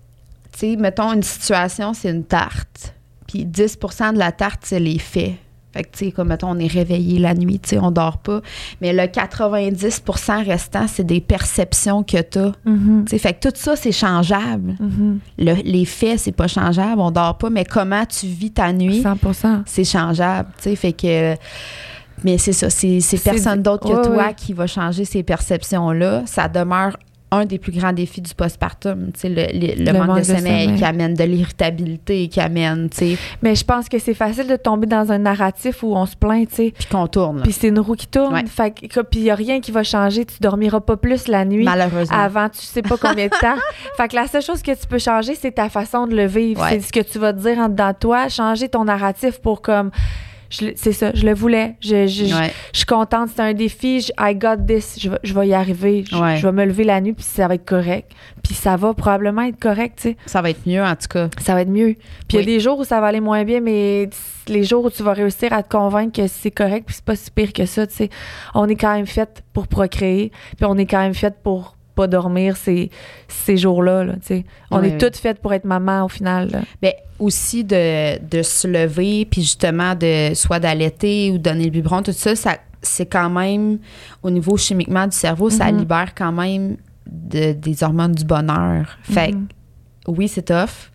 tu sais, mettons, une situation, c'est une tarte. Puis dix pour cent de la tarte, c'est les faits. Fait que, tu sais, comme, mettons, on est réveillé la nuit, tu sais, on dort pas. Mais le quatre-vingt-dix pour cent restant, c'est des perceptions que t'as. Mhm. Tu sais, fait que tout ça, c'est changeable. Mhm. Le- les faits, c'est pas changeable, on dort pas. Mais comment tu vis ta nuit, cent pour cent. c'est changeable, tu sais, fait que mais c'est ça, c'est, c'est C'est personne du- d'autre que ouais, toi ouais. qui va changer ces perceptions-là. Ça demeure un des plus grands défis du postpartum, tu sais, le, le, le manque, de sommeil, qui amène de l'irritabilité, qui amène, tu sais, Mais je pense que c'est facile de tomber dans un narratif où on se plaint, tu sais. puis qu'on tourne, là. Puis c'est une roue qui tourne. Ouais. Fait que, puis il n'y a rien qui va changer. Tu dormiras pas plus la nuit Malheureusement. avant tu sais pas combien de temps. Fait que la seule chose que tu peux changer, c'est ta façon de le vivre. Ouais. C'est ce que tu vas te dire en dedans de toi. Changer ton narratif pour comme... je le- c'est ça, je le voulais. Je, je, je- Ouais. je suis contente, c'est un défi. Je- I got this. Je vais, je vais y arriver. Je, Ouais. je vais me lever la nuit, puis ça va être correct. Puis ça va probablement être correct, tu sais. Ça va être mieux, en tout cas. Ça va être mieux. Puis il Oui. y a des jours où ça va aller moins bien, mais les jours où tu vas réussir à te convaincre que c'est correct, puis c'est pas si pire que ça, tu sais. On est quand même fait pour procréer, puis on est quand même fait pour pas dormir ces, ces jours-là, là, tu sais. On Oui, est oui. toutes faites pour être maman au final, là. Ben, aussi de, de se lever, puis justement, de soit d'allaiter ou donner le biberon, tout ça, ça c'est quand même, au niveau chimiquement du cerveau, ça Mhm. libère quand même de- des hormones du bonheur. Fait que, Mhm. oui, c'est tough,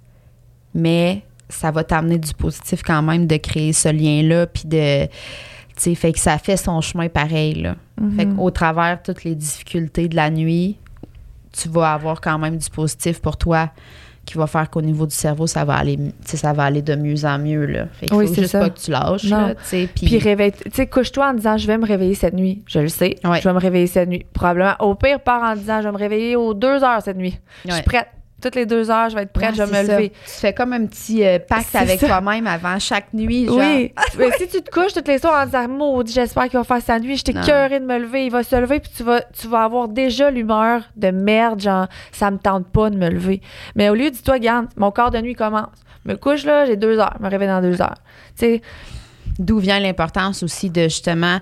mais ça va t'amener du positif quand même de créer ce lien-là, puis de... Tu sais, fait que ça fait son chemin pareil, là. Mhm. Fait qu'au travers de toutes les difficultés de la nuit, tu vas avoir quand même du positif pour toi qui va faire qu'au niveau du cerveau, ça va aller, tu sais, ça va aller de mieux en mieux, là. Fait qu'il Oui, faut c'est juste ça. pas que tu lâches, Non. là, tu sais. Puis Puis, réveille, tu sais, couche-toi en disant je vais me réveiller cette nuit. Je le sais. Ouais. Je vais me réveiller cette nuit. Probablement. Au pire, pars en disant je vais me réveiller aux deux heures cette nuit. Je suis Ouais. prête. Toutes les deux heures, je vais être prête, ouais, je vais c'est me ça. lever. Tu fais comme un petit euh, pacte C'est avec ça. toi-même avant chaque nuit, genre. Oui. Mais si tu te couches toutes les soirs en disant maudit, j'espère qu'il va faire sa nuit, je t'ai Non. cœuré de me lever, il va se lever, puis tu vas, tu vas avoir déjà l'humeur de merde, genre ça me tente pas de me lever. Mais au lieu, dis-toi, regarde, mon corps de nuit commence. Je me couche là, j'ai deux heures, je me réveille dans deux heures. Tu sais, D'où vient l'importance aussi de justement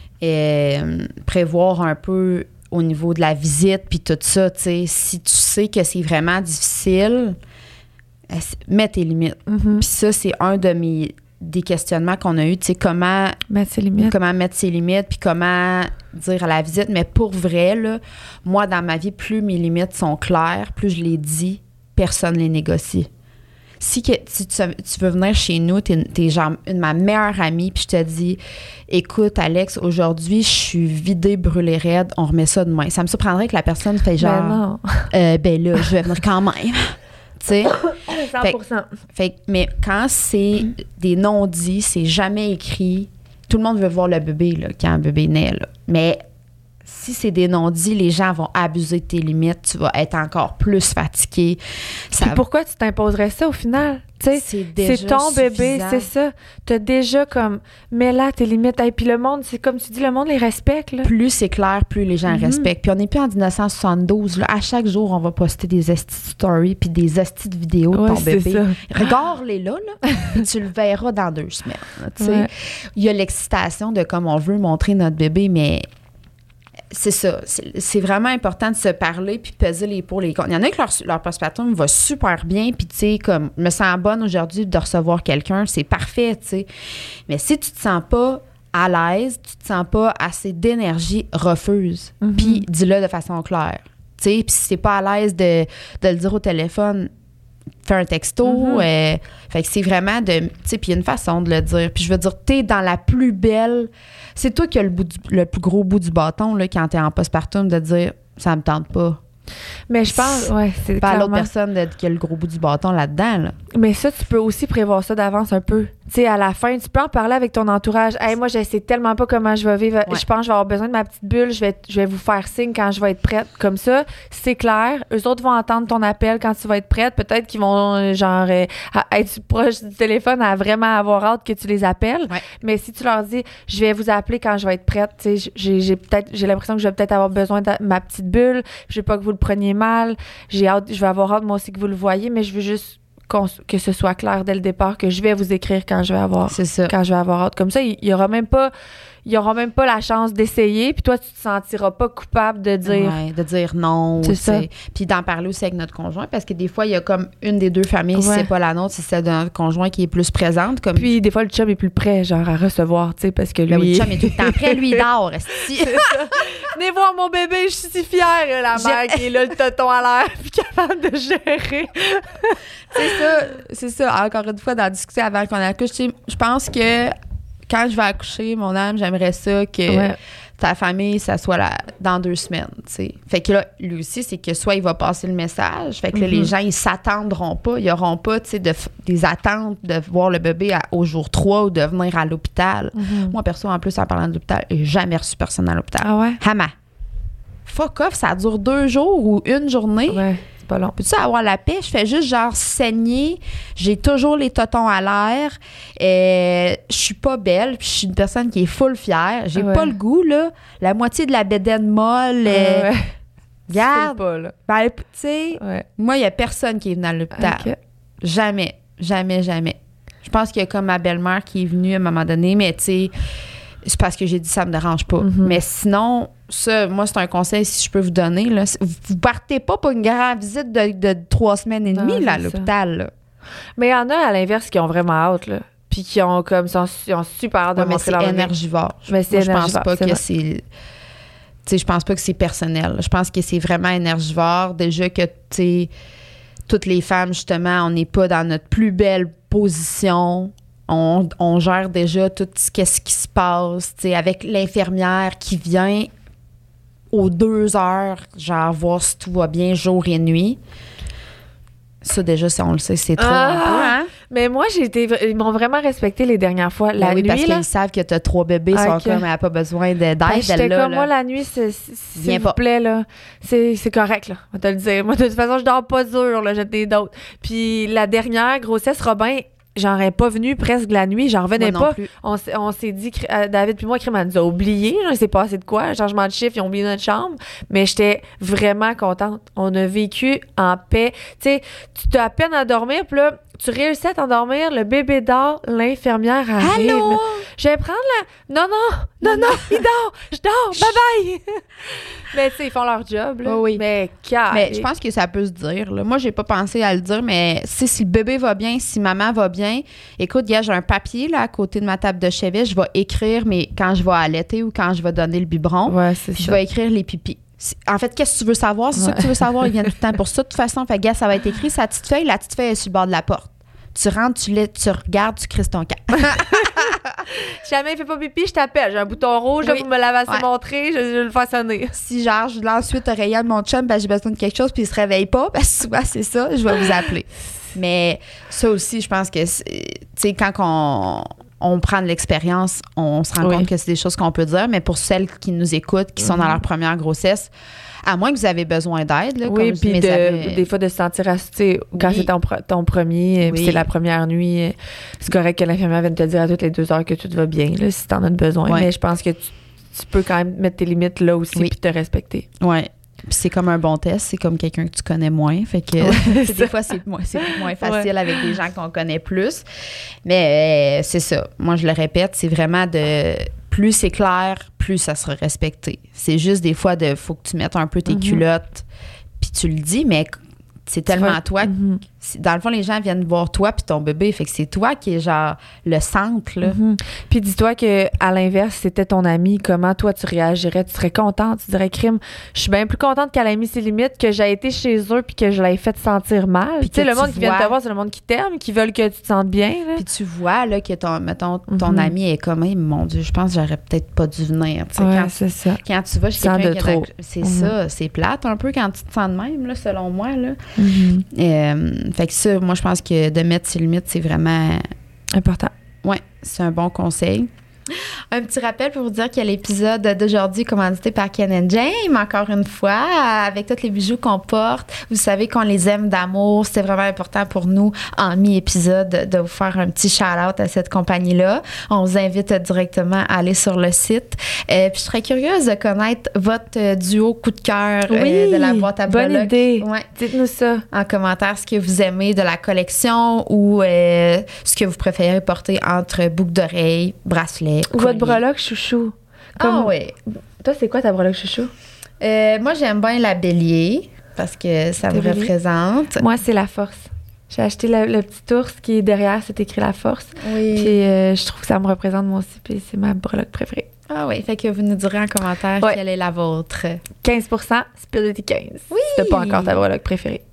euh, prévoir un peu au niveau de la visite puis tout ça, tu sais, si tu sais que c'est vraiment difficile, euh, c'est- mets tes limites. mhm. Puis ça, c'est un de mes des questionnements qu'on a eu, tu sais, comment mettre ses limites. comment mettre ses limites puis comment dire à la visite, mais pour vrai là, moi dans ma vie, plus mes limites sont claires, plus je les dis, personne les négocie. Si, que, si tu, tu veux venir chez nous, t'es, t'es genre une de ma meilleure amie, puis je te dis, écoute, Alex, aujourd'hui, je suis vidée, brûlée raide, on remet ça demain. Ça me surprendrait que la personne fait genre, Ben non. euh, ben là, je vais venir quand même. Tu sais? cent pour cent. Fait que- mais quand c'est des non-dits, c'est jamais écrit. Tout le monde veut voir le bébé, là, quand un bébé naît, là. Mais si c'est des non-dits, les gens vont abuser de tes limites. Tu vas être encore plus fatigué. Ça, Puis pourquoi tu t'imposerais ça au final? Tu sais, c'est déjà c'est ton bébé, suffisant. c'est ça. T'as déjà comme, mets là tes limites. Et puis le monde, c'est comme tu dis, le monde les respecte, là. Plus c'est clair, plus les gens Mhm. respectent. Puis on n'est plus en dix-neuf cent soixante-douze. Là. À chaque jour, on va poster des estis de stories puis des estis de vidéos de Ouais, ton c'est bébé. ça. Regarde-les là, là puis tu le verras dans deux semaines. là, tu sais. Ouais. Il y a l'excitation de comme on veut montrer notre bébé, mais c'est ça. C'est, c'est vraiment important de se parler puis peser les pour les contre. Il y en a que leur, leur postpartum va super bien puis tu sais, comme, me sens bonne aujourd'hui de recevoir quelqu'un, c'est parfait, tu sais. Mais si tu te sens pas à l'aise, tu te sens pas assez d'énergie, refuse. Mm-hmm. Puis dis-le de façon claire. Tu sais, puis si t'es pas à l'aise de, de le dire au téléphone, fais un texto. Mm-hmm. Euh, fait que c'est vraiment de... Tu sais, puis il y a une façon de le dire. Puis je veux dire, t'es dans la plus belle... C'est toi qui as le, bout du, le plus gros bout du bâton, là, quand t'es en postpartum, de dire « ça me tente pas ». Mais je pense, ouais, c'est pas clairement... à l'autre personne de, qui a le gros bout du bâton là-dedans, là. Mais ça, tu peux aussi prévoir ça d'avance un peu. Tu sais, à la fin, tu peux en parler avec ton entourage. Hey, moi, je sais tellement pas comment je vais vivre. Ouais. Je pense que je vais avoir besoin de ma petite bulle. Je vais, je vais vous faire signe quand je vais être prête. Comme ça, c'est clair. Eux autres vont entendre ton appel quand tu vas être prête. Peut-être qu'ils vont, genre, euh, être proche du téléphone à vraiment avoir hâte que tu les appelles. Ouais. Mais si tu leur dis, je vais vous appeler quand je vais être prête, tu sais, j'ai, j'ai peut-être, j'ai l'impression que je vais peut-être avoir besoin de ma petite bulle. Je veux pas que vous le preniez mal. J'ai hâte, je vais avoir hâte, moi aussi, que vous le voyez, mais je veux juste que ce soit clair dès le départ que je vais vous écrire quand je vais avoir c'est ça. Quand je vais avoir hâte. Comme ça, il y aura même pas il y aura même pas la chance d'essayer, puis toi tu te sentiras pas coupable de dire ouais, de dire non, c'est ça. Puis d'en parler aussi avec notre conjoint parce que des fois il y a comme une des deux familles, ouais. Si c'est pas la nôtre, c'est celle de notre conjoint qui est plus présente comme puis des fois le chum est plus prêt genre à recevoir, tu sais, parce que lui oui, le chum est tout le temps prêt, lui il dort. Venez voir mon bébé, je suis si fière, la mère qui est là, le tonton à l'air puis capable de gérer. C'est ça, c'est ça. Encore une fois, dans la discussion avant qu'on accouche, je pense que quand je vais accoucher, mon âme, j'aimerais ça que ouais. ta famille, ça soit là dans deux semaines, tu sais. Fait que là, lui aussi, c'est que soit il va passer le message, fait que là, mm-hmm. les gens, ils s'attendront pas, ils auront pas, tu sais, de, des attentes de voir le bébé à, au jour trois ou de venir à l'hôpital. Mm-hmm. Moi, perso, en plus, en parlant de l'hôpital, j'ai jamais reçu personne à l'hôpital. Ah ouais? Hama. Fuck off, ça dure deux jours ou une journée. Ouais. Pas long. Peux-tu avoir la paix? Je fais juste genre saigner. J'ai toujours les totons à l'air. Euh, je suis pas belle. Puis je suis une personne qui est full fière. J'ai ouais. pas le goût, là. La moitié de la bédaine molle. Euh, ouais. Regarde. pas, là. Ben, tu sais, ouais. moi, il y a personne qui est venu à l'hôpital. Okay. Jamais. Jamais, jamais. Je pense qu'il y a comme ma belle-mère qui est venue à un moment donné, mais tu sais, c'est parce que j'ai dit ça me dérange pas. Mm-hmm. Mais sinon, ça, moi, c'est un conseil si je peux vous donner. Là. Vous partez pas pour une grande visite de, de trois semaines et demie non, là, à l'hôpital. Là. Mais il y en a, à l'inverse, qui ont vraiment hâte, là. Puis qui ont comme sont, sont super hâte de ouais, montrer leur leur énergivore. Mais c'est moi, je énergivore. pense pas c'est que vrai. c'est... Tu sais, je pense pas que c'est personnel. Je pense que c'est vraiment énergivore. Déjà que, tu sais, toutes les femmes, justement, on n'est pas dans notre plus belle position. On, on gère déjà tout ce, ce qui se passe, tu sais, avec l'infirmière qui vient aux deux heures, genre, voir si tout va bien jour et nuit. Ça, déjà, si on le sait, c'est trop ah, un peu, hein? Mais moi, j'ai été... Ils m'ont vraiment respecté les dernières fois. La ben oui, nuit, parce là, qu'ils savent que tu as trois bébés, okay. sont comme, elle n'a pas besoin d'aide. Ben, j'étais là, comme, là. moi, la nuit, c'est, c'est, s'il Viens vous pas. plaît, là, c'est, c'est correct, là. On va te le dire. Moi, de toute façon, je dors pas dur, là, j'ai des d'autres. Puis la dernière grossesse, Robin... J'en aurais pas venu presque la nuit, j'en revenais pas. On, on s'est dit, David puis moi, Crime, elle nous a oubliés. Il s'est passé de quoi? Un changement de chiffre, ils ont oublié notre chambre. Mais j'étais vraiment contente. On a vécu en paix. Tu sais, tu t'as à peine à dormir, puis là, tu réussis à t'endormir, le bébé dort, l'infirmière arrive. Allô? Je vais prendre la... Non, non, non, non, il dort, je dors, bye-bye! Mais tu sais, ils font leur job, là. Oh oui. Mais car... Mais je pense que ça peut se dire, là. Moi, j'ai pas pensé à le dire, mais si, si le bébé va bien, si maman va bien, écoute, gars, j'ai un papier, là, à côté de ma table de chevet, je vais écrire, mais quand je vais allaiter ou quand je vais donner le biberon, ouais, c'est puis ça. je vais écrire les pipis. En fait, qu'est-ce que tu veux savoir? C'est ouais. ça que tu veux savoir. Ils viennent tout le temps pour ça. De toute façon, fait, gars, ça va être écrit. Sa petite feuille, la petite feuille est sur le bord de la porte. Tu rentres, tu, tu regardes, tu crisses ton camp. Si jamais il fait pas pipi, je t'appelle. J'ai un bouton rouge, oui. Vous me l'avez assez ouais. montré, je, je vais le faire sonner. Si genre, je lance ensuite oreiller de mon chum, ben, j'ai besoin de quelque chose, puis il se réveille pas, parce que souvent, c'est ça, je vais vous appeler. Mais ça aussi, je pense que, tu sais, quand on... on prend de l'expérience, on se rend oui. compte que c'est des choses qu'on peut dire, mais pour celles qui nous écoutent, qui sont mm-hmm. dans leur première grossesse, à moins que vous avez besoin d'aide. Là, oui, puis de, amis... des fois de se sentir, tu sais, quand oui. c'est ton, ton premier, oui. puis c'est la première nuit, c'est correct que l'infirmière vienne te dire à toutes les deux heures que tout va bien, là, si t'en as besoin. Oui. Mais je pense que tu, tu peux quand même mettre tes limites là aussi, oui. puis te respecter. Oui. Puis c'est comme un bon test, c'est comme quelqu'un que tu connais moins. Fait que ouais, des fois, c'est moins, c'est moins facile ouais. avec des gens qu'on connaît plus. Mais euh, c'est ça. Moi, je le répète, c'est vraiment de... plus c'est clair, plus ça sera respecté. C'est juste des fois, il faut que tu mettes un peu tes mm-hmm. culottes, puis tu le dis, mais c'est tellement à toi. Mm-hmm. Dans le fond, les gens viennent voir toi puis ton bébé. Fait que c'est toi qui es genre le centre, là. Mm-hmm. Puis dis-toi que à l'inverse, si c'était ton ami, comment toi tu réagirais? Tu serais contente? Tu dirais, crime, je suis bien plus contente qu'elle ait mis ses limites, que j'ai été chez eux puis que je l'ai fait sentir mal. Tu sais, le monde vois... qui vient te voir, c'est le monde qui t'aime, qui veulent que tu te sentes bien. Puis tu vois, là, que ton, mettons, ton mm-hmm. ami est comme, hey, mon Dieu, je pense que j'aurais peut-être pas dû venir. Ouais, quand, c'est ça. Quand tu vas chez quelqu'un qui a... C'est mm-hmm. ça, c'est plate un peu quand tu te sens de même, là, selon moi, là. Mm-hmm. Euh, fait que ça, moi, je pense que de mettre ses limites, c'est vraiment... important. Oui, c'est un bon conseil. Un petit rappel pour vous dire que l'épisode d'aujourd'hui est commandité par Ken and James, encore une fois, avec tous les bijoux qu'on porte. Vous savez qu'on les aime d'amour. C'était vraiment important pour nous, en mi-épisode, de vous faire un petit shout-out à cette compagnie-là. On vous invite directement à aller sur le site. Euh, puis je serais curieuse de connaître votre duo coup de cœur oui, euh, de la boîte à bonne breloques. Idée. Ouais. Dites-nous ça. En commentaire, ce que vous aimez de la collection ou euh, ce que vous préférez porter entre boucles d'oreilles, bracelets. Ou votre breloque chouchou. Comme, ah oui. Toi, c'est quoi ta breloque chouchou? Euh, moi, j'aime bien la bélier parce que ça T'es me bélier? représente. Moi, c'est la force. J'ai acheté le, le petit ours qui est derrière, c'est écrit la force. Oui. Puis euh, je trouve que ça me représente moi aussi, puis c'est ma breloque préférée. Ah oui, fait que vous nous direz en commentaire ouais. quelle est la vôtre. quinze pour cent Spirituality quinze. Oui! Si t'as pas encore ta breloque préférée.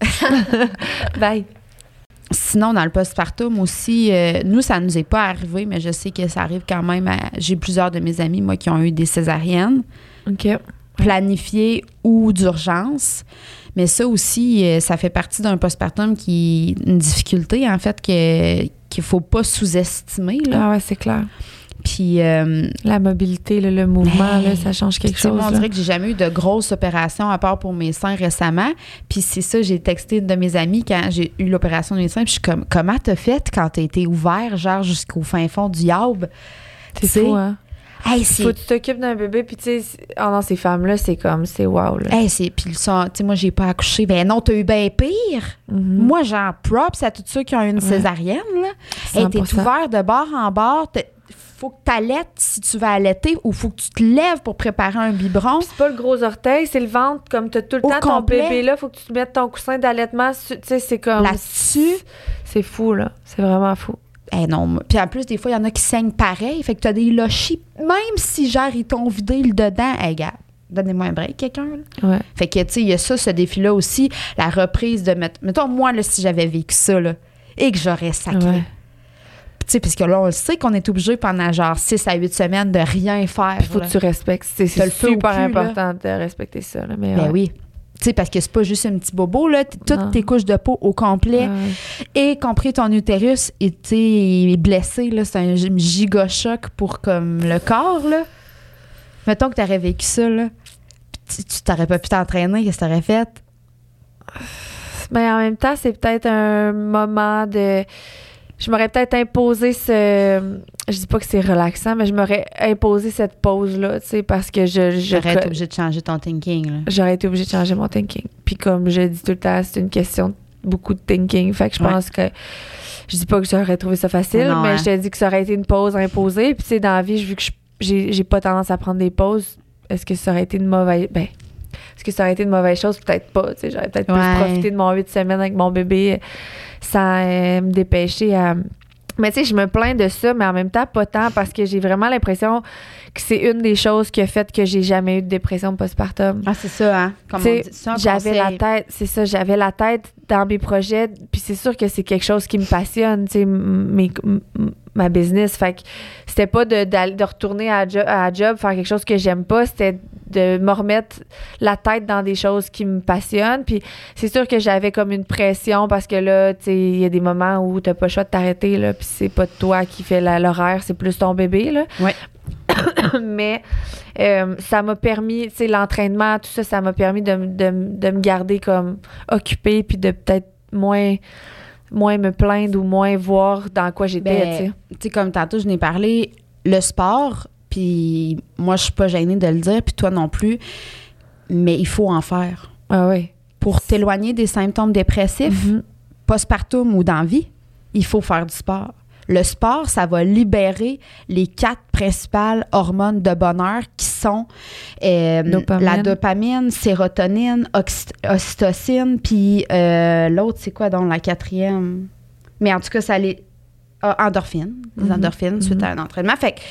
Bye! Sinon, dans le postpartum aussi, euh, nous, ça nous est pas arrivé, mais je sais que ça arrive quand même à... J'ai plusieurs de mes amis, moi, qui ont eu des césariennes. OK. Planifiées ou d'urgence. Mais ça aussi, euh, ça fait partie d'un postpartum qui est une difficulté, en fait, que, qu'il faut pas sous-estimer. Là. Ah ouais, c'est clair. Puis euh, la mobilité, là, le mouvement, là, ça change quelque chose. Moi, on dirait que j'ai jamais eu de grosses opérations à part pour mes seins récemment. Puis c'est ça, j'ai texté une de mes amies quand j'ai eu l'opération de mes seins. Puis je suis comme, comment t'as fait quand t'as été ouvert, genre jusqu'au fin fond du yaube? C'est fou, hein? Hey, c'est... Faut que tu t'occupes d'un bébé, puis tu sais, oh non, ces femmes-là, c'est comme, c'est wow, là. Hey, c'est, puis tu sais, moi, j'ai pas accouché. Ben non, t'as eu bien pire. Mm-hmm. Moi, genre, props à tous ceux qui ont eu une ouais. césarienne, là. Hey, t'es ouvert de bord en bord, t'es... Faut que tu allaites si tu vas allaiter ou faut que tu te lèves pour préparer un biberon. Puis c'est pas le gros orteil, c'est le ventre. Comme tu as tout le Au temps complet. Ton bébé là, faut que tu te mettes ton coussin d'allaitement. Tu sais, c'est comme... Là-dessus. C'est fou, là. C'est vraiment fou. Eh non. Puis en plus, des fois, il y en a qui saignent pareil. Fait que tu as des lochis. Même si, genre, ils t'ont vidé le dedans, hey, gars, donnez-moi un break, quelqu'un. Là. Ouais. Fait que, tu sais, il y a ça, ce défi-là aussi. La reprise de mettre... Mettons, moi, là, si j'avais vécu ça, là, et que j'aurais sacré... Ouais. Parce que là, on le sait qu'on est obligé pendant genre six à huit semaines de rien faire. Il faut là. Que tu respectes. C'est, c'est super cul, important là. De respecter ça. Là, mais ben ouais. oui. Tu sais, parce que c'est pas juste un petit bobo, là. Toutes non. Tes couches de peau au complet, ouais. Et compris ton utérus, est blessé, là. C'est un giga choc pour comme le corps, là. Mettons que tu aurais vécu ça, là. Tu, tu t'aurais pas pu t'entraîner, qu'est-ce que tu aurais fait? Mais en même temps, c'est peut-être un moment de... Je m'aurais peut-être imposé ce... Je dis pas que c'est relaxant, mais je m'aurais imposé cette pause-là, tu sais, parce que je... je J'aurais été obligée de changer ton thinking, là. J'aurais été obligée de changer mon thinking. Puis comme je dis tout le temps, c'est une question de beaucoup de thinking. Fait que je ouais. pense que... Je dis pas que j'aurais trouvé ça facile, non, mais hein. Je te dis que ça aurait été une pause imposée. Puis tu sais, dans la vie, vu que je, j'ai, j'ai pas tendance à prendre des pauses, est-ce que ça aurait été une mauvaise... Ben, est-ce que ça aurait été une mauvaise chose? Peut-être pas, tu sais. J'aurais peut-être ouais. plus profité de mon huit semaines avec mon bébé sans euh, me dépêcher à... Mais tu sais, je me plains de ça, mais en même temps, pas tant, parce que j'ai vraiment l'impression que c'est une des choses qui a fait que j'ai jamais eu de dépression postpartum. Ah, c'est ça, hein? Comme on dit, c'est un j'avais conseil. la tête, c'est ça, j'avais la tête dans mes projets, puis c'est sûr que c'est quelque chose qui me passionne, tu sais, mes... ma business. Fait que c'était pas de, de, de retourner à la, job, à la job, faire quelque chose que j'aime pas, c'était de me remettre la tête dans des choses qui me passionnent. Puis c'est sûr que j'avais comme une pression parce que là, tu sais, il y a des moments où t'as pas le choix de t'arrêter, là, puis c'est pas toi qui fais la, l'horaire, c'est plus ton bébé, là. Ouais. Mais euh, ça m'a permis, tu sais, l'entraînement, tout ça, ça m'a permis de, de, de me garder comme occupée puis de peut-être moins... moins me plaindre ou moins voir dans quoi j'étais, ben, tu sais. Tu sais, comme tantôt, je n'ai parlé, le sport, puis moi, je suis pas gênée de le dire, puis toi non plus, mais il faut en faire. Ah oui. Pour t'éloigner des symptômes dépressifs, mm-hmm. postpartum ou dans la vie, il faut faire du sport. Le sport, ça va libérer les quatre principales hormones de bonheur qui sont euh, Dopamine. la dopamine, sérotonine, oxy- ocytocine, puis euh, l'autre, c'est quoi donc la quatrième? Mais en tout cas, ça les... Ah, endorphines. Les Mm-hmm. endorphines suite Mm-hmm. à un entraînement. Fait que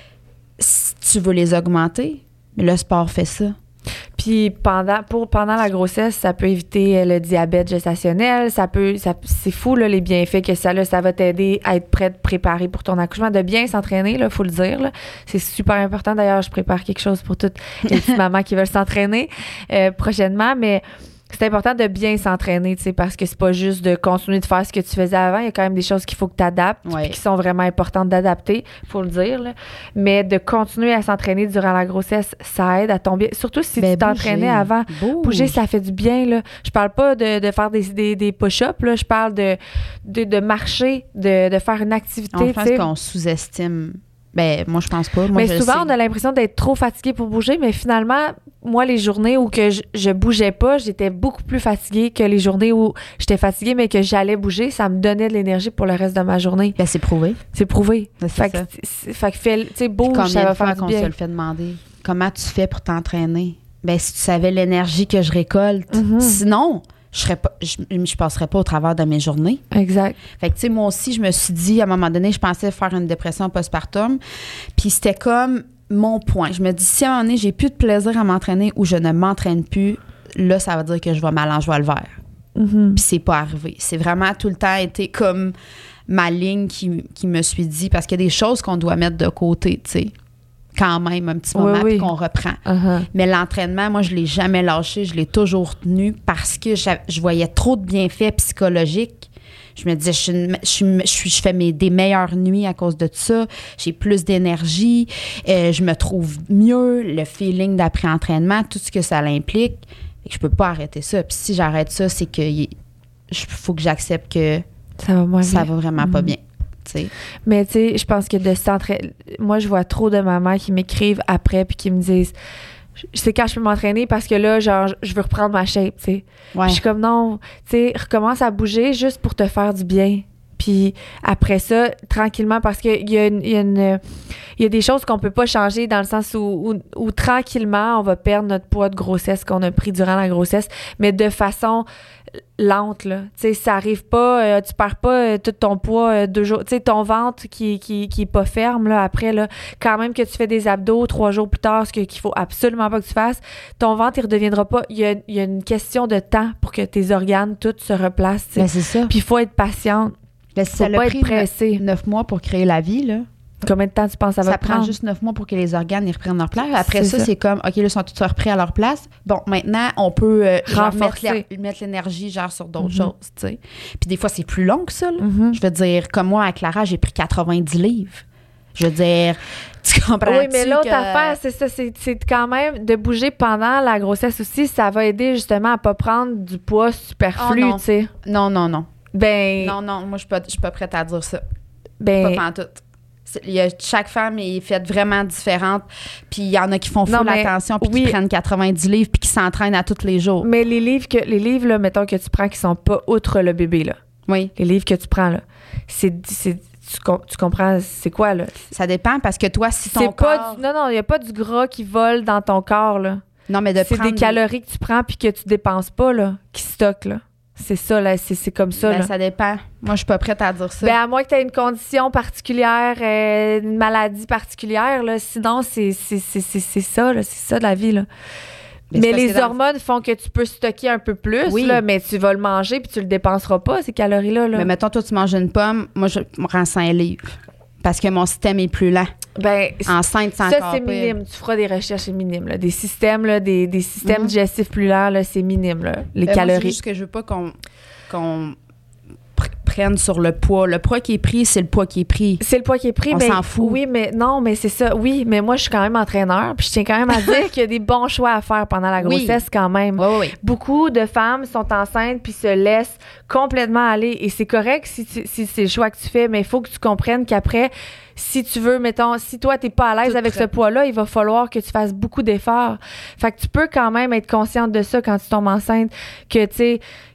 si tu veux les augmenter, le sport fait ça. Puis pendant, pour, pendant la grossesse, ça peut éviter le diabète gestationnel. Ça peut, ça, c'est fou là, les bienfaits que ça a. Ça va t'aider à être prête, préparée pour ton accouchement, de bien s'entraîner, il faut le dire. Là. C'est super important. D'ailleurs, je prépare quelque chose pour toutes les petites mamans qui veulent s'entraîner euh, prochainement. Mais c'est important de bien s'entraîner, tu sais, parce que c'est pas juste de continuer de faire ce que tu faisais avant. Il y a quand même des choses qu'il faut que tu adaptes, Ouais. puis qui sont vraiment importantes d'adapter, il faut le dire. Là. Mais de continuer à s'entraîner durant la grossesse, ça aide à tomber. Surtout si Ben, tu t'entraînais bouger. avant. Bouge. Bouger, ça fait du bien. Là. Je parle pas de, de faire des, des, des push-ups, là. Je parle de, de, de marcher, de, de faire une activité. On tu pense sais. qu'on sous-estime. Ben, moi, je pense pas. Moi, Mais je souvent, sais. on a l'impression d'être trop fatigué pour bouger, mais finalement, moi, les journées où que je, je bougeais pas, j'étais beaucoup plus fatiguée que les journées où j'étais fatiguée, mais que j'allais bouger, ça me donnait de l'énergie pour le reste de ma journée. Ben, c'est prouvé. C'est prouvé. Ben, c'est Fait que, ça. c'est- fait que fais, tu sais, bouge, Combien ça va de fois faire du qu'on bien. se le fait demander? Comment tu fais pour t'entraîner? Ben, si tu savais l'énergie que je récolte. Mhm. Sinon, je serais pas, je, je passerais pas au travers de mes journées. Exact. Fait que, tu sais, moi aussi, je me suis dit, à un moment donné, je pensais faire une dépression postpartum. Puis c'était comme mon point. Je me dis, si à un moment donné, j'ai plus de plaisir à m'entraîner ou je ne m'entraîne plus, là, ça veut dire que je vais mal en joie le vert. Mhm. Puis c'est pas arrivé. C'est vraiment tout le temps été comme ma ligne qui, qui me suis dit, parce qu'il y a des choses qu'on doit mettre de côté, tu sais, quand même, un petit Oui, moment, oui. puis qu'on reprend. Uh-huh. Mais l'entraînement, moi, je l'ai jamais lâché, je l'ai toujours tenu parce que j'a- je voyais trop de bienfaits psychologiques. Je me disais, je, suis une- je, suis- je, suis- je fais mes, des meilleures nuits à cause de ça. J'ai plus d'énergie. euh, je me trouve mieux. Le feeling d'après-entraînement, tout ce que ça l'implique. Et que je peux pas arrêter ça. Puis si j'arrête ça, c'est que il faut que j'accepte que Ça va moins ça bien. va vraiment pas Mhm. bien. Tu sais. Mais tu sais, je pense que de s'entraîner... Moi, je vois trop de mamans qui m'écrivent après puis qui me disent... Je sais quand je peux m'entraîner parce que là, genre, je veux reprendre ma shape, tu sais. Ouais. Puis je suis comme, non, tu sais, recommence à bouger juste pour te faire du bien. Puis après ça, tranquillement, parce qu'il y a, une, il y a, une, il y a des choses qu'on peut pas changer dans le sens où, où, où tranquillement, on va perdre notre poids de grossesse qu'on a pris durant la grossesse, mais de façon lente, là. Tu sais, ça arrive pas, euh, tu perds pas euh, tout ton poids euh, deux jours. Tu sais, ton ventre qui, qui, qui est pas ferme, là, après, là, quand même que tu fais des abdos trois jours plus tard, ce que- qu'il faut absolument pas que tu fasses, ton ventre, il redeviendra pas. Il y a, il y a une question de temps pour que tes organes, tout se replacent, tu sais. Ben, c'est ça. Puis il faut être patiente. Ben, si Faut ça l'a pas pris être pressé. neuf mois pour créer la vie, là. Combien de temps tu penses que ça Ça, va prend prendre? juste neuf mois pour que les organes ils reprennent leur place. Après C'est ça, ça. c'est comme, OK, là, ils sont tous repris à leur place. Bon, maintenant, on peut euh, genre, mettre, Renforcer. la- mettre l'énergie genre sur d'autres Mhm. choses, tu sais. Puis des fois, c'est plus long que ça, là. Mhm. Je veux dire, comme moi, avec Clara, j'ai pris quatre-vingt-dix livres. Je veux dire, tu comprends? Oui, mais l'autre affaire, c'est ça, c'est, c'est quand même de bouger pendant la grossesse aussi, ça va aider justement à pas prendre du poids superflu, Oh non. tu sais. Non, non, non. Ben, Non, non, moi, je suis pas, je suis pas prête à dire ça. ben, Pas pantoute. C'est- il y a- chaque femme est faite vraiment différente. Puis il y en a qui font Non, full mais attention puis oui. qui prennent quatre-vingt-dix livres puis qui s'entraînent à tous les jours. mais les livres que les livres là, mettons que tu prends qui sont pas outre le bébé là. Oui. Les livres que tu prends là, c'est, c'est tu, com- tu comprends c'est quoi là? Ça dépend parce que toi, si ton C'est pas corps... du, non non, il y a pas du gras qui vole dans ton corps là. Non, mais de C'est prendre des calories que tu prends puis que tu dépenses pas là, qui stockent là. C'est ça là, c'est, c'est comme ça Ben, là. ça dépend. Moi, je suis pas prête à dire ça. Ben, à moins que tu aies une condition particulière, euh, une maladie particulière, là. Sinon, c'est, c'est, c'est, c'est, c'est ça, là. C'est ça de la vie, là. Mais c'est Mais, parce les que dans- hormones font que tu peux stocker un peu plus, Oui. là, mais tu vas le manger puis tu le dépenseras pas, ces calories-là. Là. Mais mettons, toi, tu manges une pomme, moi, je me rends cinq livres. Parce que mon système est plus lent. Ben, Enceinte, c'est ça, encore c'est pire. minime. Tu feras des recherches, c'est minime. Là. Des systèmes, là, des, des systèmes Mhm. digestifs plus lents, là, c'est minime, là, les Ben, moi, c'est calories. juste que je veux pas qu'on, qu'on pr- prenne sur le poids. Le poids qui est pris, c'est le poids qui est pris. C'est le poids qui est pris, On mais s'en fout. oui, mais non, mais c'est ça. Oui, mais moi, je suis quand même entraîneur, puis je tiens quand même à dire qu'il y a des bons choix à faire pendant la Oui. grossesse quand même. Oui, oui, oui. Beaucoup de femmes sont enceintes puis se laissent complètement aller. Et c'est correct si, tu- si c'est le choix que tu fais, mais il faut que tu comprennes qu'après, si tu veux, mettons, si toi, t'es pas à l'aise Tout avec prêt. ce poids-là, il va falloir que tu fasses beaucoup d'efforts. Fait que tu peux quand même être consciente de ça quand tu tombes enceinte, que, tu sais,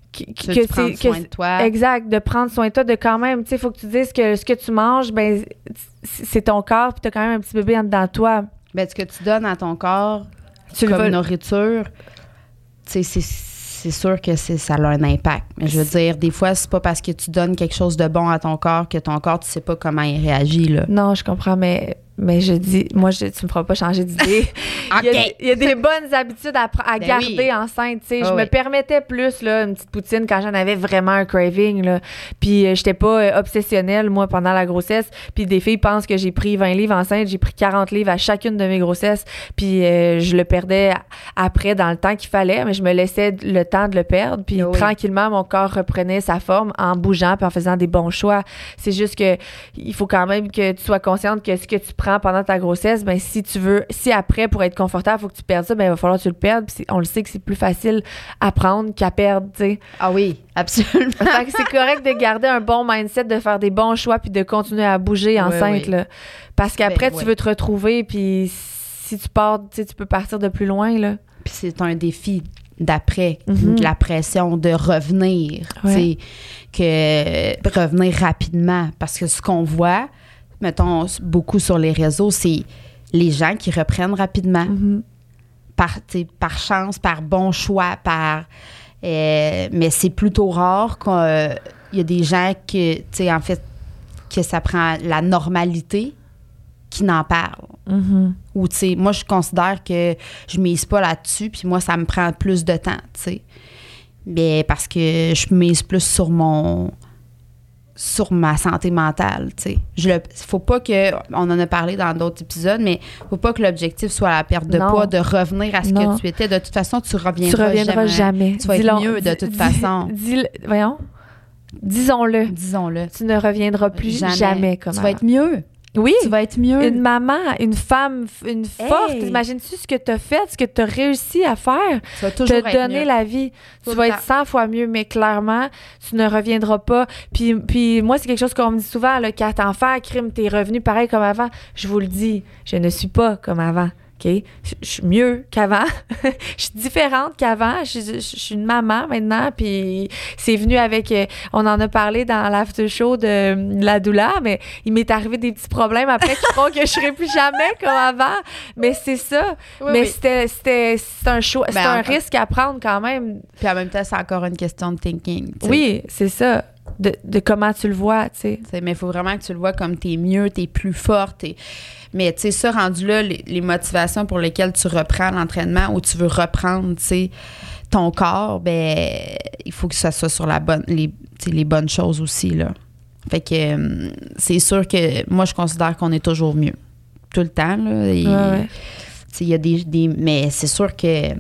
que, tu que veux prendre c'est soin que, de toi. Exact, de prendre soin de toi, de quand même, tu sais, il faut que tu dises que ce que tu manges, ben c'est ton corps, puis t'as quand même un petit bébé en dedans de toi. Ben, ce que tu donnes à ton corps Tu le comme veux. nourriture, tu sais, c'est, c'est sûr que c'est, ça a un impact. Mais je veux dire, des fois, c'est pas parce que tu donnes quelque chose de bon à ton corps que ton corps, tu sais pas comment il réagit, là. Non, je comprends, mais, mais je dis, moi, je, tu me feras pas changer d'idée. OK. Il y a, il y a des bonnes habitudes à, pr- à Ben garder oui. enceinte, tu sais. Ah je oui. me permettais plus, là, une petite poutine quand j'en avais vraiment un craving, là. Puis euh, j'étais pas euh, obsessionnelle, moi, pendant la grossesse. Puis des filles pensent que j'ai pris vingt livres enceinte, j'ai pris quarante livres à chacune de mes grossesses. Puis euh, je le perdais après dans le temps qu'il fallait, mais je me laissais le temps de le perdre. Puis Ah oui. tranquillement, mon corps reprenait sa forme en bougeant puis en faisant des bons choix. C'est juste que il faut quand même que tu sois consciente que ce que tu prends pendant ta grossesse, ben si tu veux, si après, pour être confortable, il faut que tu perdes ça, ben il va falloir que tu le perdes. Puis c'est- on le sait que c'est plus facile à prendre qu'à perdre, tu sais. Ah oui, absolument. Fait que c'est correct de garder un bon mindset, de faire des bons choix puis de continuer à bouger enceinte, oui. là. Parce qu'après, Ben, tu oui. veux te retrouver puis si tu pars, tu sais, tu peux partir de plus loin, là. Puis c'est un défi d'après, Mhm. de la pression de revenir, Ouais. tu sais, que revenir rapidement. Parce que ce qu'on voit, mettons, beaucoup sur les réseaux, c'est les gens qui reprennent rapidement, Mhm. par, tu sais, par chance, par bon choix, par... euh, mais c'est plutôt rare qu'il y a des gens que, tu sais, en fait, que ça prend la normalité qui n'en parlent. Mhm. Ou, tu sais, moi, je considère que je mise pas là-dessus, puis moi, ça me prend plus de temps, tu sais. Mais parce que je mise plus sur mon... sur ma santé mentale, tu sais. Je le... Faut pas que... On en a parlé dans d'autres épisodes, mais faut pas que l'objectif soit la perte de Non. poids, de revenir à ce Non. que tu étais. De toute façon, tu reviendras, Tu reviendras jamais. Tu vas être Dis-le- mieux, de dis- toute dis- façon. dis- voyons. Disons-le. Disons-le. Tu ne reviendras plus jamais, comme Tu avant. vas être mieux. Oui. Tu vas être mieux. Une maman, une femme, une forte. Hey. Imagines-tu ce que tu as fait, ce que tu as réussi à faire? Tu vas toujours Te être donner mieux. la vie. Tout tu le vas être temps. cent fois mieux, mais clairement, tu ne reviendras pas. Puis, puis moi, c'est quelque chose qu'on me dit souvent, là, quand t'enfants, crime, t'es revenu pareil comme avant. Je vous le dis, je ne suis pas comme avant. OK? Je je suis mieux qu'avant. Je suis différente qu'avant. Je, je- je suis une maman maintenant. Puis c'est venu avec... euh, on en a parlé dans l'after show de euh, la douleur, mais il m'est arrivé des petits problèmes après qui font que je serai plus jamais comme avant. Mais c'est ça. Oui, mais oui. c'était, c'était, c'est un choix, c'est Ben, un en- risque à prendre quand même. Puis en même temps, c'est encore une question de thinking. tu sais. Oui, c'est ça. De, de comment tu le vois, tu sais. Tu sais, mais il faut vraiment que tu le vois comme t'es mieux, t'es plus forte. t'es- Mais tu sais, ça, rendu là, les, les motivations pour lesquelles tu reprends l'entraînement ou tu veux reprendre, tu sais, ton corps, ben il faut que ça soit sur la bonne, les, tu sais, les bonnes choses aussi, là. Fait que euh, c'est sûr que moi, je considère qu'on est toujours mieux. Tout le temps, là. Et, Ouais, ouais. tu sais, il y a des, des... Mais c'est sûr que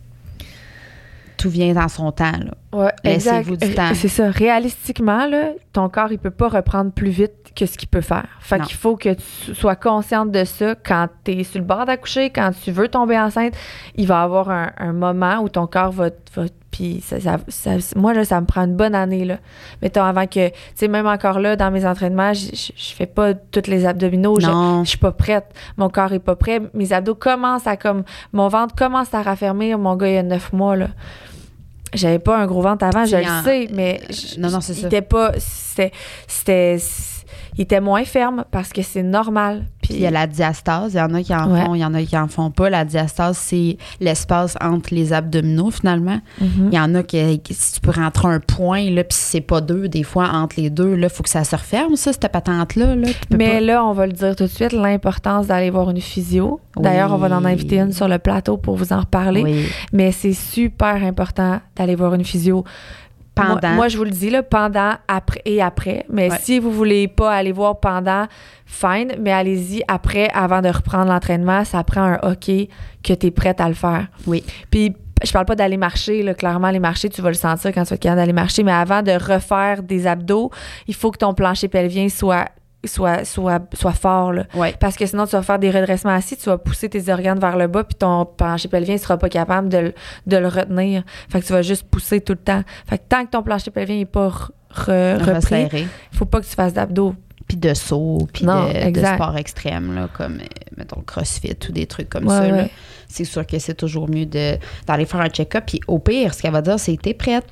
tout vient dans son temps, là. Ouais, Laissez-vous exact. du temps. C'est ça. Réalistiquement, là, ton corps, il peut pas reprendre plus vite que ce qu'il peut faire. Fait Non. qu'il faut que tu sois consciente de ça quand tu es sur le bord d'accoucher, quand tu veux tomber enceinte. Il va y avoir un, un moment où ton corps va... va puis ça, ça, ça- moi, là, ça me prend une bonne année, là. Mettons, avant que... Tu sais, même encore là, dans mes entraînements, je je- je fais pas tous les abdominaux. Je- Non. Je suis pas prête. Mon corps est pas prêt. Mes abdos commencent à comme... Mon ventre commence à raffermir. Mon gars, il y a neuf mois, là. J'avais pas un gros ventre avant, je C'est le en- sais, mais je- non, non, c'est il ça. était pas... C'était... c'était il était moins ferme parce que c'est normal. Puis il y a la diastase. Il y en a qui en Ouais. font, il y en a qui en font pas. La diastase, c'est l'espace entre les abdominaux, finalement. Mhm. Il y en a qui, qui- si tu peux rentrer un point, là, puis si c'est pas deux, des fois, entre les deux, là, il faut que ça se referme, ça, cette patente-là. Là. Tu peux Mais pas- là, on va le dire tout de suite, l'importance d'aller voir une physio. D'ailleurs, on va en inviter une sur le plateau pour vous en reparler. Oui. Mais c'est super important d'aller voir une physio. Pendant. Moi, moi, je vous le dis, là, pendant après et après. Mais Ouais. si vous voulez pas aller voir pendant, fine, mais allez-y après, avant de reprendre l'entraînement. Ça prend un hockey que tu es prête à le faire. Oui. Puis, je parle pas d'aller marcher, là. Clairement, aller marcher, tu vas le sentir quand tu vas être capable d'aller marcher. Mais avant de refaire des abdos, il faut que ton plancher pelvien soit, soit, soit, soit fort, là. Ouais. Parce que sinon, tu vas faire des redressements assis, tu vas pousser tes organes vers le bas, puis ton plancher pelvien ne sera pas capable de, le- de le retenir. Fait que tu vas juste pousser tout le temps. Fait que tant que ton plancher pelvien n'est pas re- re- repris, Resserré. il faut pas que tu fasses d'abdos. Puis de saut, puis Non, de, de exact. sport extrême, là, comme, euh, mettons, crossfit ou des trucs comme Ouais, ça. là. ouais. C'est sûr que c'est toujours mieux de, d'aller faire un check-up. Puis au pire, ce qu'elle va dire, c'est que t'es prête.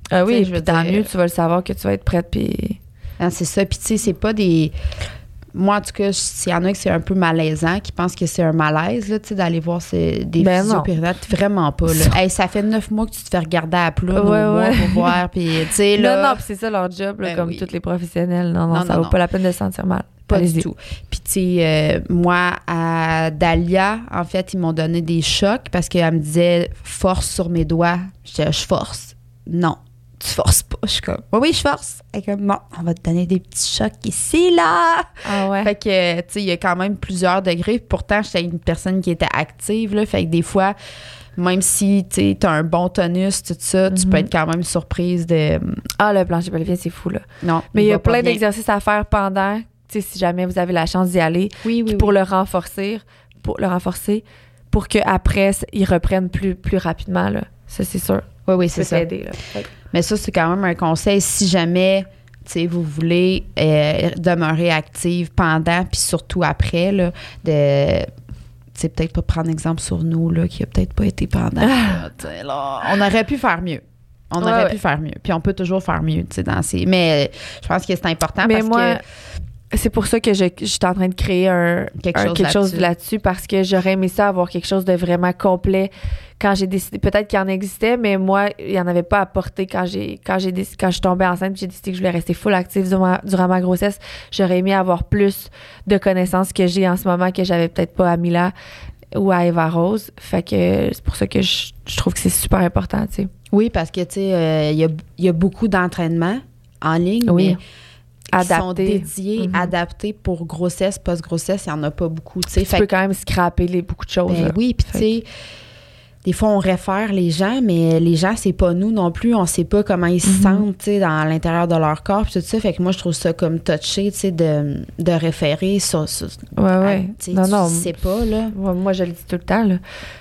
Ah oui, je puis tant mieux, tu vas le savoir que tu vas être prête, puis... Ah, c'est ça. Puis, tu sais, c'est pas des... Moi, en tout cas, s'il y en a que c'est un peu malaisant, qui pensent que c'est un malaise, là, tu sais, d'aller voir ces, des ben physiopérinatales, vraiment pas, là. Hey, ça fait neuf mois que tu te fais regarder à plat, ouais, au mois, ouais. pour voir, puis, tu sais, là... Non, non, puis c'est ça leur job, là, ben comme oui. tous les professionnels. Non, non, Non, ça non, vaut non. pas la peine de se sentir mal. Pas Allez-y. du tout. Puis, tu sais, euh, moi, à Dahlia, en fait, ils m'ont donné des chocs parce qu'elle me disait « force sur mes doigts ». Je disais « je force ». Non, tu forces pas. Je suis comme « oui, oui, je force ». Elle est comme « non, on va te donner des petits chocs ici, là ». Ah ouais? Fait que, tu sais, il y a quand même plusieurs degrés. Pourtant, j'étais une personne qui était active, là. Fait que des fois, même si, tu as un bon tonus, tout ça, mm-hmm. tu peux être quand même surprise de... Ah, le plancher pelvien, c'est fou, là. Non, mais il y a plein plein d'exercices à faire pendant, tu sais, si jamais vous avez la chance d'y aller. Oui, oui, pour oui. le renforcer, pour le renforcer, pour qu'après, ils reprennent plus, plus rapidement, là. Ça, c'est sûr. Oui, oui, c'est ça. T'aider, là. Mais ça, c'est quand même un conseil. Si jamais, tu sais, vous voulez euh, demeurer active pendant, puis surtout après, là, de... Tu sais, peut-être pas prendre exemple sur nous, là, qui a peut-être pas été pendant. Là, là, on aurait pu faire mieux. On ouais, aurait ouais. pu faire mieux. Puis on peut toujours faire mieux, tu sais, dans ces... Mais je pense que c'est important Mais parce moi, que... c'est pour ça que je, je suis en train de créer un, quelque, un, chose, quelque là-dessus. chose là-dessus parce que j'aurais aimé ça avoir quelque chose de vraiment complet quand j'ai décidé. Peut-être qu'il en existait, mais moi, il n'y en avait pas à porter quand j'ai quand j'ai décidé, quand je suis tombée enceinte et j'ai décidé que je voulais rester full active durant ma, durant ma grossesse. J'aurais aimé avoir plus de connaissances que j'ai en ce moment que j'avais peut-être pas à Mila ou à Eva Rose. Fait que c'est pour ça que je, je trouve que c'est super important, tu sais. Oui, parce que, tu sais, il euh, y, a, y a beaucoup d'entraînements en ligne, oui. mais adapté. qui sont dédiés, mm-hmm. adaptés pour grossesse, post-grossesse, il n'y en a pas beaucoup, tu sais. Tu peux quand même scraper les, beaucoup de choses. Ben oui, puis tu sais, des fois, on réfère les gens, mais les gens, c'est pas nous non plus. On sait pas comment ils se mm-hmm. sentent, tu sais, dans l'intérieur de leur corps, puis tout ça. Fait que moi, je trouve ça comme touché, tu sais, de, de référer sur... sur ouais, ouais. Tu sais pas, là. Moi, moi, je le dis tout le temps, là.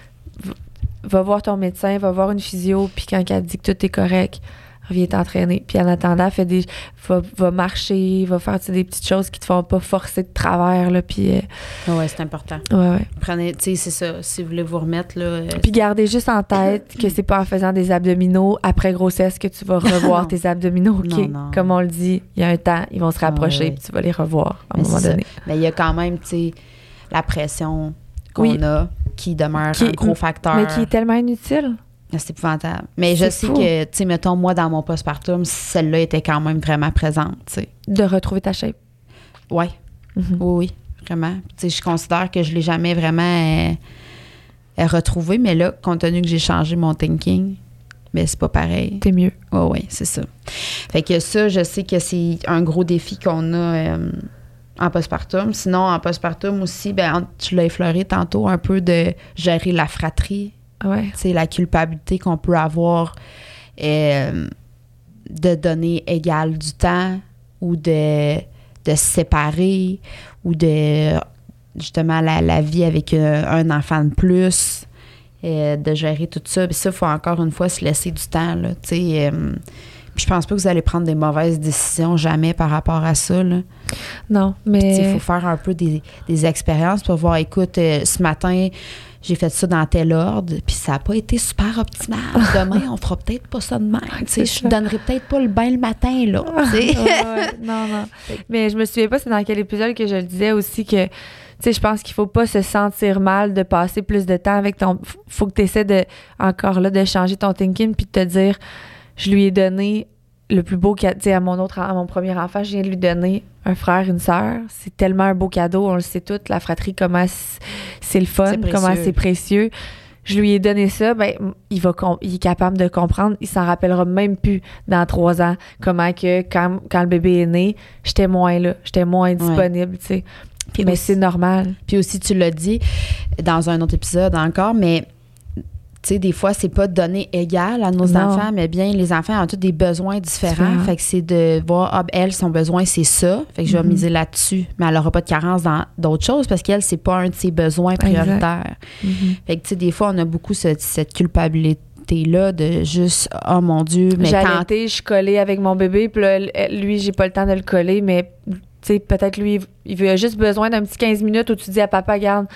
Va voir ton médecin, va voir une physio, puis quand elle dit que tout est correct, reviens t'entraîner. Puis en attendant, fais des, va, va marcher, va faire des petites choses qui te font pas forcer de travers, là, puis... Euh, oui, c'est important. Ouais, ouais. Prenez, tu sais, c'est ça, si vous voulez vous remettre, là... Euh, puis gardez juste en tête que c'est pas en faisant des abdominaux après grossesse que tu vas revoir tes abdominaux, OK? Non, non. Comme on le dit, il y a un temps, ils vont se rapprocher, ah, oui. puis tu vas les revoir à un Mais moment donné. Ça. Mais il y a quand même, tu sais, la pression qu'on oui. a, qui demeure qui, un gros facteur. Mais qui est tellement inutile. C'est épouvantable. Mais je sais fou. que, tu sais, mettons, moi, dans mon postpartum, celle-là était quand même vraiment présente, tu sais. De retrouver ta shape. Oui. Mm-hmm. Oui, oui, vraiment. Tu sais, je considère que je ne l'ai jamais vraiment euh, retrouvée, mais là, compte tenu que j'ai changé mon thinking, bien, c'est pas pareil. T'es mieux. Oui, oui, c'est ça. Fait que ça, je sais que c'est un gros défi qu'on a... Euh, en postpartum. Sinon, en postpartum aussi, ben, tu l'as effleuré tantôt, un peu de gérer la fratrie. Ouais. Tu sais, la culpabilité qu'on peut avoir euh, de donner égal du temps ou de, de se séparer ou de, justement, la, la vie avec un, un enfant de plus, euh, de gérer tout ça. Puis ça, il faut encore une fois se laisser du temps, là, tu sais... Euh, Puis je pense pas que vous allez prendre des mauvaises décisions jamais par rapport à ça, là. Non, mais... Il faut faire un peu des, des expériences pour voir, écoute, euh, ce matin, j'ai fait ça dans tel ordre, puis ça n'a pas été super optimal. Demain, on fera peut-être pas ça de même. Je ne donnerai peut-être pas le bain le matin, là. ouais, ouais, non, non. Mais je me souviens pas c'est dans quel épisode que je le disais aussi que... Tu sais, je pense qu'il faut pas se sentir mal de passer plus de temps avec ton... Faut que tu essaies de, encore là, de changer ton thinking puis de te dire... Je lui ai donné le plus beau cadeau. Tu sais, à mon autre, à mon premier enfant, je viens de lui donner un frère, une sœur. C'est tellement un beau cadeau. On le sait toutes, la fratrie, comment c'est le fun, c'est comment c'est précieux. Je lui ai donné ça, ben il va il est capable de comprendre. Il s'en rappellera même plus dans trois ans comment que quand, quand le bébé est né, j'étais moins là, j'étais moins disponible, ouais. Tu sais. Puis mais aussi, c'est normal. Puis aussi, tu l'as dit dans un autre épisode encore, mais tu sais, des fois, c'est pas donner égal à nos non. enfants, mais bien, les enfants ont tous des besoins différents. Différent. Fait que c'est de voir, ah, elle, son besoin, c'est ça. Fait que je vais mm-hmm. miser là-dessus. Mais elle n'aura pas de carence dans d'autres choses parce qu'elle, c'est pas un de ses besoins prioritaires. Mm-hmm. Fait que, tu sais, des fois, on a beaucoup ce, cette culpabilité là de juste oh mon Dieu mais j'ai quand... allaité, je suis collée avec mon bébé puis là, lui j'ai pas le temps de le coller mais tu sais peut-être lui il a juste besoin d'un petit quinze minutes où tu dis à papa regarde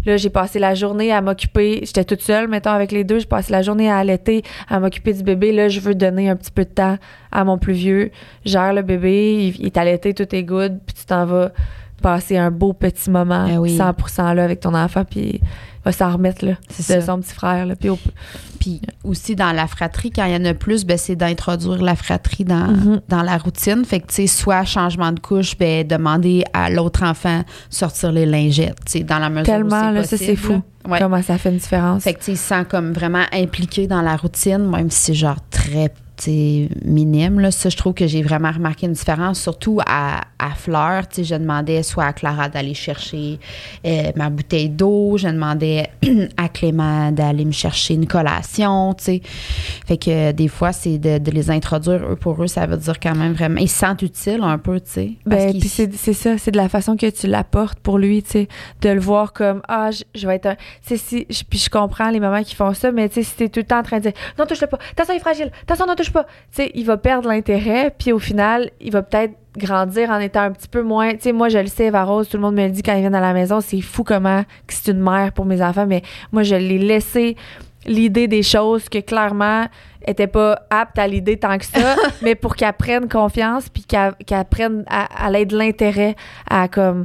Là, j'ai passé la journée à m'occuper. J'étais toute seule, mettons, avec les deux. J'ai passé la journée à allaiter, à m'occuper du bébé. Là, je veux donner un petit peu de temps à mon plus vieux. Gère le bébé, il, il est allaité, tout est good, puis tu t'en vas passer un beau petit moment, eh oui. cent pour cent là, avec ton enfant, puis il va s'en remettre, là, c'est de ça. son petit frère, là. Puis, au... puis aussi, dans la fratrie, quand il y en a plus, ben, c'est d'introduire la fratrie dans, mm-hmm. dans la routine. Fait que, tu sais, soit changement de couche, ben, demander à l'autre enfant sortir les lingettes, tu sais, dans la mesure Tellement, où c'est là, possible. Ça, c'est fou. Ouais. Comment ça fait une différence. Fait que, tu sais, il se sent comme vraiment impliqué dans la routine, même si c'est genre très t'sais, minime. Là. Ça, je trouve que j'ai vraiment remarqué une différence, surtout à, à Fleur. T'sais, je demandais soit à Clara d'aller chercher euh, ma bouteille d'eau, je demandais à Clément d'aller me chercher une collation. T'sais. Fait que euh, des fois, c'est de, de les introduire, eux, pour eux, ça veut dire quand même vraiment... Ils se sentent utiles un peu, tu sais. Ben, puis c'est, c'est ça, c'est de la façon que tu l'apportes pour lui, tu sais, de le voir comme, ah, je, je vais être un... Tu sais, si, je, puis je comprends les mamans qui font ça, mais tu sais, si t'es tout le temps en train de dire, non, touche-le pas, attention, il est fragile, attention, non, touche pas, tu sais, il va perdre l'intérêt, puis au final, il va peut-être grandir en étant un petit peu moins... Tu sais, moi, je le sais, Eva Rose, tout le monde me le dit quand ils viennent à la maison, c'est fou comment que c'est une mère pour mes enfants, mais moi, je l'ai laissé l'idée des choses que clairement était pas apte à l'idée tant que ça, mais pour qu'elle prenne confiance puis qu'elle, qu'elle prenne à, à l'aide de l'intérêt à comme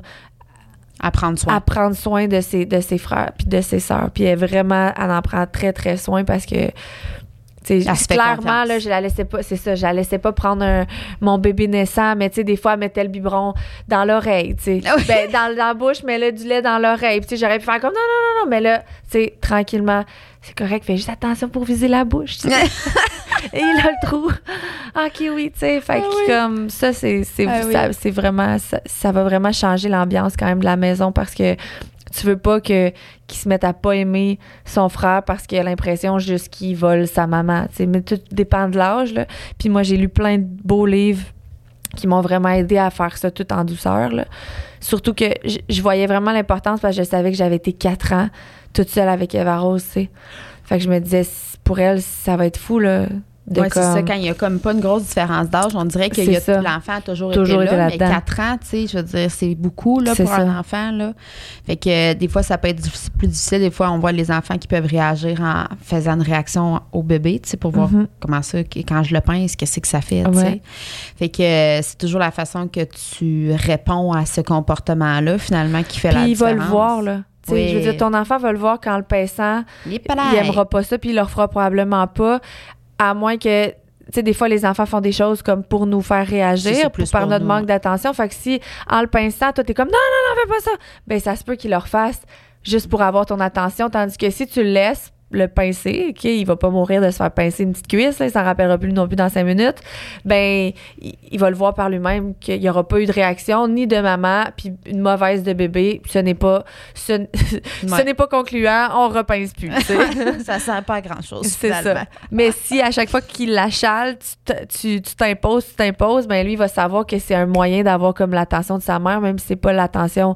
à prendre soin à prendre soin de ses de ses frères puis de ses sœurs, puis elle vraiment elle en prend très très soin parce que t'sais, clairement là je la laissais pas c'est ça je la laissais pas prendre un, mon bébé naissant, mais tu sais des fois elle mettait le biberon dans l'oreille, tu sais oui. ben dans, dans la bouche, mais là du lait dans l'oreille, puis j'aurais pu faire comme non non non non, mais là tu sais tranquillement c'est correct, fais juste attention pour viser la bouche, tu sais. Et il a le trou. OK, oui, tu sais. Fait que ah oui. comme ça, c'est, c'est, ah ça, oui. c'est vraiment, ça, ça va vraiment changer l'ambiance quand même de la maison parce que tu veux pas que, qu'il se mette à pas aimer son frère parce qu'il a l'impression juste qu'il vole sa maman, tu sais. Mais tout dépend de l'âge, là. Puis moi, j'ai lu plein de beaux livres qui m'ont vraiment aidé à faire ça tout en douceur, là. Surtout que je, je voyais vraiment l'importance parce que je savais que j'avais été quatre ans toute seule avec Eva Rose, tu sais. Fait que je me disais, pour elle, ça va être fou, là. Oui, comme... c'est ça. Quand il n'y a comme pas une grosse différence d'âge, on dirait que y a, l'enfant a toujours, toujours été là, été là mais quatre ans, tu sais, je veux dire, c'est beaucoup là, c'est pour ça. Un enfant. Là. Fait que euh, des fois, ça peut être plus difficile. Des fois, on voit les enfants qui peuvent réagir en faisant une réaction au bébé, tu sais, pour voir mm-hmm. comment ça, quand je le pince, qu'est-ce que ça fait, tu sais. Ouais. Fait que euh, c'est toujours la façon que tu réponds à ce comportement-là, finalement, qui fait puis la il différence. Va le voir, là. Oui. Je veux dire, ton enfant va le voir quand le pinçant, il aimera pas ça, puis il le refera probablement pas, à moins que, tu sais, des fois, les enfants font des choses comme pour nous faire réagir, pour, par pour notre nous. Manque d'attention. Fait que si, en le pinçant, toi, t'es comme, non, non, non, fais pas ça, ben ça se peut qu'il le refasse juste pour avoir ton attention, tandis que si tu le laisses le pincer, OK, il va pas mourir de se faire pincer une petite cuisse, là, il s'en rappellera plus non plus dans cinq minutes, ben il, il va le voir par lui-même qu'il n'y aura pas eu de réaction ni de maman, puis une mauvaise de bébé, ce n'est pas ce, ouais. ce n'est pas concluant, on repince plus, tu sais. Ça sert pas à grand-chose, c'est finalement. Ça. Mais si à chaque fois qu'il l'achale, tu, tu, tu t'imposes, tu t'imposes, ben lui, il va savoir que c'est un moyen d'avoir comme l'attention de sa mère, même si c'est pas l'attention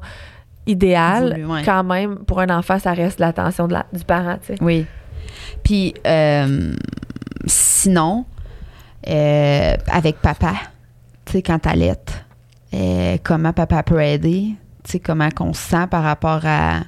idéal, voulu, ouais. Quand même, pour un enfant, ça reste l'attention de la, du parent, tu sais. Oui. Puis, euh, sinon, euh, avec papa, tu sais, quand t'allaites, euh, comment papa peut aider? Tu sais, comment qu'on se sent par rapport à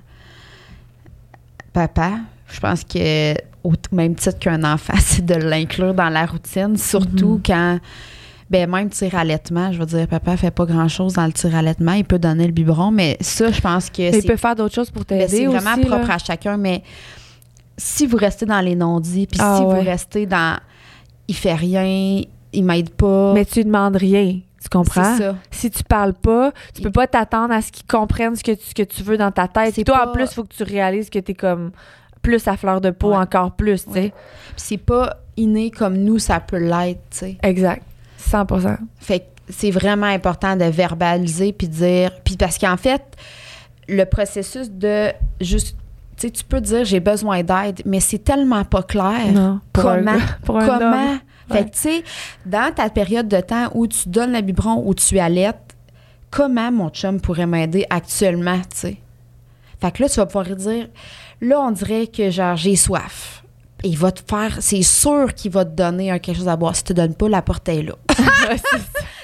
papa? Je pense que, au même titre qu'un enfant, c'est de l'inclure dans la routine, surtout mm-hmm. quand... Ben même tir-allaitement, je veux dire, papa fait pas grand-chose dans le tir-allaitement. Il peut donner le biberon, mais ça, je pense que... Mais il peut faire d'autres choses pour t'aider aussi. C'est vraiment aussi, propre là. À chacun, mais si vous restez dans les non-dits, puis ah, si ouais. vous restez dans... Il fait rien, il m'aide pas... Mais tu demandes rien, tu comprends? C'est ça. Si tu parles pas, tu peux pas t'attendre à ce qu'ils comprennent ce que tu, ce que tu veux dans ta tête. C'est toi, pas... en plus, il faut que tu réalises que t'es comme plus à fleur de peau, ouais. encore plus, tu sais. Ouais. Puis c'est pas inné comme nous, ça peut l'être, tu sais. Exact. cent pour cent. Fait que c'est vraiment important de verbaliser puis dire... Puis parce qu'en fait, le processus de juste... Tu sais, tu peux dire « j'ai besoin d'aide », mais c'est tellement pas clair. Non, pour comment? Un, pour un comment? Homme. Fait ouais. que tu sais, dans ta période de temps où tu donnes le biberon, où tu allaites, comment mon chum pourrait m'aider actuellement, tu sais? Fait que là, tu vas pouvoir dire... Là, on dirait que genre, j'ai soif. Il va te faire, c'est sûr qu'il va te donner un, quelque chose à boire. Si tu te donnes pas, la porte est là.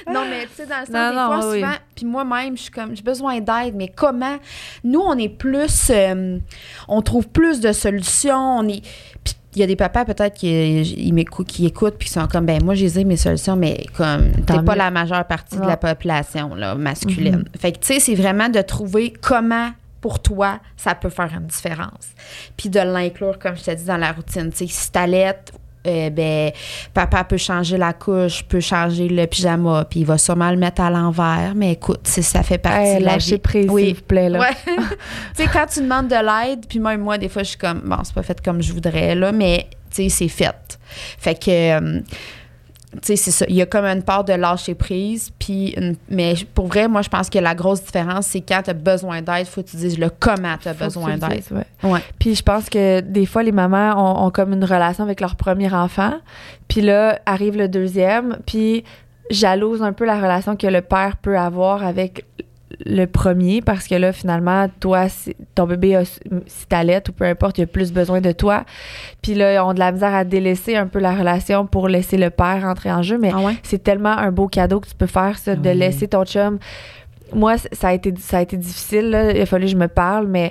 Non, mais tu sais, dans le sens, Non, des non, fois, oui. souvent, puis moi-même, je suis comme, j'ai besoin d'aide, mais comment? Nous, on est plus, euh, on trouve plus de solutions, on est... Puis il y a des papas, peut-être, qui, ils m'écoutent, qui écoutent, puis qui sont comme, ben moi, j'ai mes solutions, mais comme, t'es Tant pas mieux. la majeure partie Non. de la population, là, masculine. Fait que, tu sais, c'est vraiment de trouver comment... pour toi, ça peut faire une différence. Puis de l'inclure, comme je t'ai dit, dans la routine. Tu sais, si t'allaites, euh, ben, papa peut changer la couche, peut changer le pyjama, puis il va sûrement le mettre à l'envers. Mais écoute, c'est- ça fait partie Hey, de la lâchez vie. prise, Oui. s'il vous plaît, là. Ouais. Tu sais, quand tu demandes de l'aide, puis même moi, des fois, je suis comme, bon, c'est pas fait comme je voudrais, là, mais, tu sais, c'est fait. Fait que... euh, tu sais, c'est ça. Il y a comme une part de lâcher prise. Puis, une- mais pour vrai, moi, je pense que la grosse différence, c'est quand tu as besoin d'aide, il faut que tu dises le comment tu as Faut besoin que tu le d'aide. dises, ouais. Ouais. Puis je pense que des fois, les mamans ont, ont comme une relation avec leur premier enfant. Puis là, arrive le deuxième, puis jalouse un peu la relation que le père peut avoir avec le premier, parce que là, finalement, toi, si- ton bébé, a, si t'allaites ou peu importe, il a plus besoin de toi. Puis là, ils ont de la misère à délaisser un peu la relation pour laisser le père entrer en jeu. Mais Ah ouais? c'est tellement un beau cadeau que tu peux faire, ça, de Oui. laisser ton chum. Moi, c- ça a été, ça a été difficile, là. Il a fallu que je me parle, mais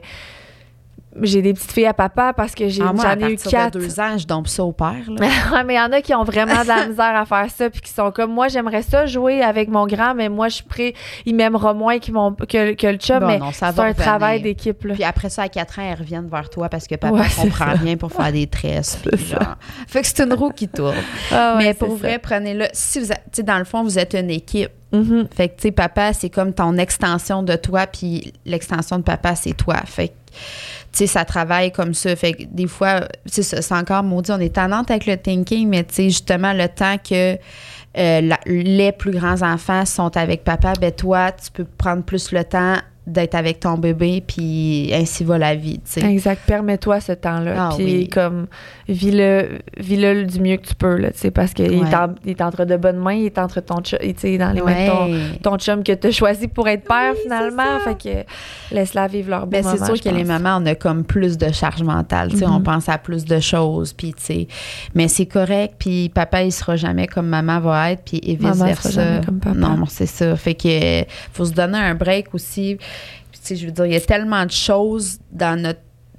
j'ai des petites filles à papa parce que j'ai, Ah, moi, à j'en ai eu partir quatre. de deux ans, je dompe ça au père. Là. Ouais, mais il y en a qui ont vraiment de la misère à faire ça, puis qui sont comme, moi, j'aimerais ça jouer avec mon grand, mais moi, je suis prêt, il m'aimera moins qu'ils m'ont- que, que le chum, Bon, mais non, ça c'est va un revenir. travail d'équipe, là. Puis après ça, à quatre ans, elles reviennent vers toi parce que papa Ouais, c'est comprend ça. rien pour faire des tresses. Puis genre... Fait que c'est une roue qui tourne. Ah ouais, mais c'est pour ça. vrai, prenez-le. Si vous êtes, tu sais, dans le fond, vous êtes une équipe. Mhm. Fait que, tu sais, papa, c'est comme ton extension de toi, puis l'extension de papa, c'est toi. Fait que, tu sais, ça travaille comme ça. Fait que des fois, c'est ça, c'est encore maudit, on est tannante avec le thinking, mais tu sais, justement, le temps que euh, la- les plus grands enfants sont avec papa, ben toi, tu peux prendre plus le temps d'être avec ton bébé, puis ainsi va la vie, tu sais. Exact. Permets-toi ce temps-là. Ah Puis oui. comme, vis-le, vis-le du mieux que tu peux, là, tu sais, parce qu'il Ouais. est, en- il est entre de bonnes mains, il est entre ton chum, tu sais, dans les mains de ton, Ouais. ton chum que tu as choisi pour être père, Oui, finalement. c'est ça. Fait que laisse-la vivre leur beau Ben, c'est moment, sûr je que les pense. mamans, on a comme plus de charge mentale. tu sais, Mhm. On pense à plus de choses. Puis, tu sais, mais c'est correct. Puis, papa, il sera jamais comme maman va être. Puis, et Maman vice-versa. sera jamais comme papa. Non, c'est ça. Fait que euh, faut se donner un break aussi. Puis, tu sais, je veux dire, il y a tellement de choses dans notre,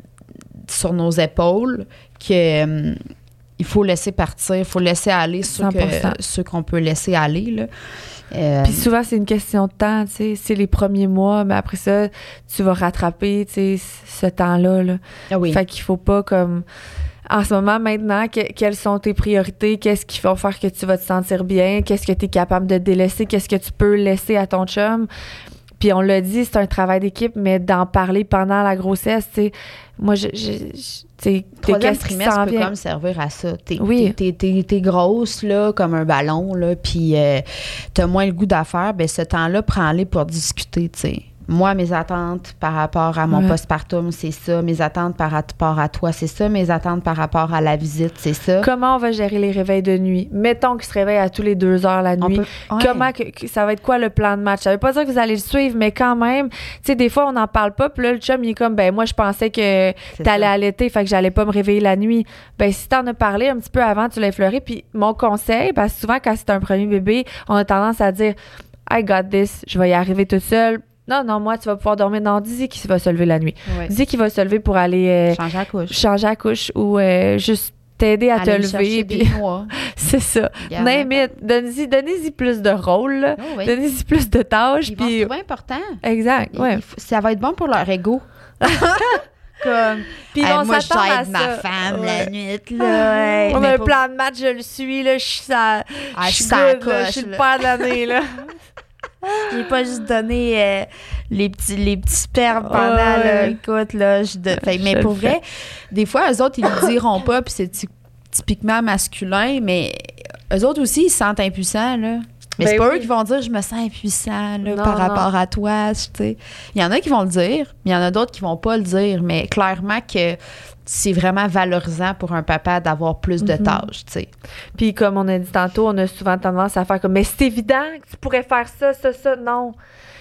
sur nos épaules que. hum, il faut laisser partir, il faut laisser aller ceux, cent pour cent. que, ceux qu'on peut laisser aller. Là. Euh, Puis souvent, c'est une question de temps, tu sais. C'est les premiers mois, mais après ça, tu vas rattraper, tu sais, ce temps-là, là. ah oui. Fait qu'il faut pas comme... En ce moment, maintenant, que- quelles sont tes priorités? Qu'est-ce qui va faire que tu vas te sentir bien? Qu'est-ce que tu es capable de délaisser? Qu'est-ce que tu peux laisser à ton chum? Puis on l'a dit, c'est un travail d'équipe, mais d'en parler pendant la grossesse, tu sais. Moi, je... je, je tu sais, Troisième qu'est-ce qui trimestre s'en peut vient? comme servir à ça. T'es, Oui. t'es, t'es, t'es- t'es grosse, là, comme un ballon, là, puis euh, t'as moins le goût d'affaires, ben ce temps-là, prends-les pour discuter, tu sais. Moi, mes attentes par rapport à mon Ouais. postpartum, c'est ça. Mes attentes par rapport à toi, c'est ça. Mes attentes par rapport à la visite, c'est ça. Comment on va gérer les réveils de nuit? Mettons qu'il se réveille à tous les deux heures la On nuit. peut- ouais. Comment que, que- ça va être quoi le plan de match? Ça veut pas dire que vous allez le suivre, mais quand même, tu sais, des fois, on n'en parle pas, puis là, le chum, il est comme, ben moi, je pensais que C'est t'allais ça. allaiter, fait que j'allais pas me réveiller la nuit. Ben si t'en as parlé un petit peu avant, tu l'as effleuré, puis mon conseil, parce que souvent, quand c'est un premier bébé, on a tendance à dire, I got this, je vais y arriver toute seule. Non, non, moi, tu vas pouvoir dormir. Non, dis qu'il va se lever la nuit. Ouais. Dis qu'il va se lever pour aller euh, Changer la couche. changer la couche ou euh, juste t'aider à Aller te me chercher lever. des Puis noix. c'est ça. Regarde, Name it. Donnez-y, donnez-y plus de rôles. là. Oh, oui. Donnez-y plus de tâches. Ils vont Puis se trouver important. exact. Il- Ouais. il faut- ça va être bon pour leur ego. Comme, Puis hey, on moi, s'attend à j'aide ma ça. femme Ouais. la nuit, là. On Mais a un pas- plan de match, je le suis, là, je suis ça. Ah, je je suis suis à la good, là, je coche, suis le là. père de l'année, là. J'ai pas juste donné euh, les petits les petits spermes pendant Ouais. là, écoute là, je de- fait, mais Je pour le vrai, des fois eux autres ils le diront pas puis c'est ty- typiquement masculin, mais eux autres aussi ils se sentent impuissants là. Mais Ben c'est pas oui. eux qui vont dire je me sens impuissant là, Non, par non. rapport à toi, tu sais. Il y en a qui vont le dire, mais il y en a d'autres qui vont pas le dire, mais clairement que c'est vraiment valorisant pour un papa d'avoir plus de Mhm. tâches, tu sais. Puis comme on a dit tantôt, on a souvent tendance à faire comme, mais c'est évident que tu pourrais faire ça, ça, ça. Non.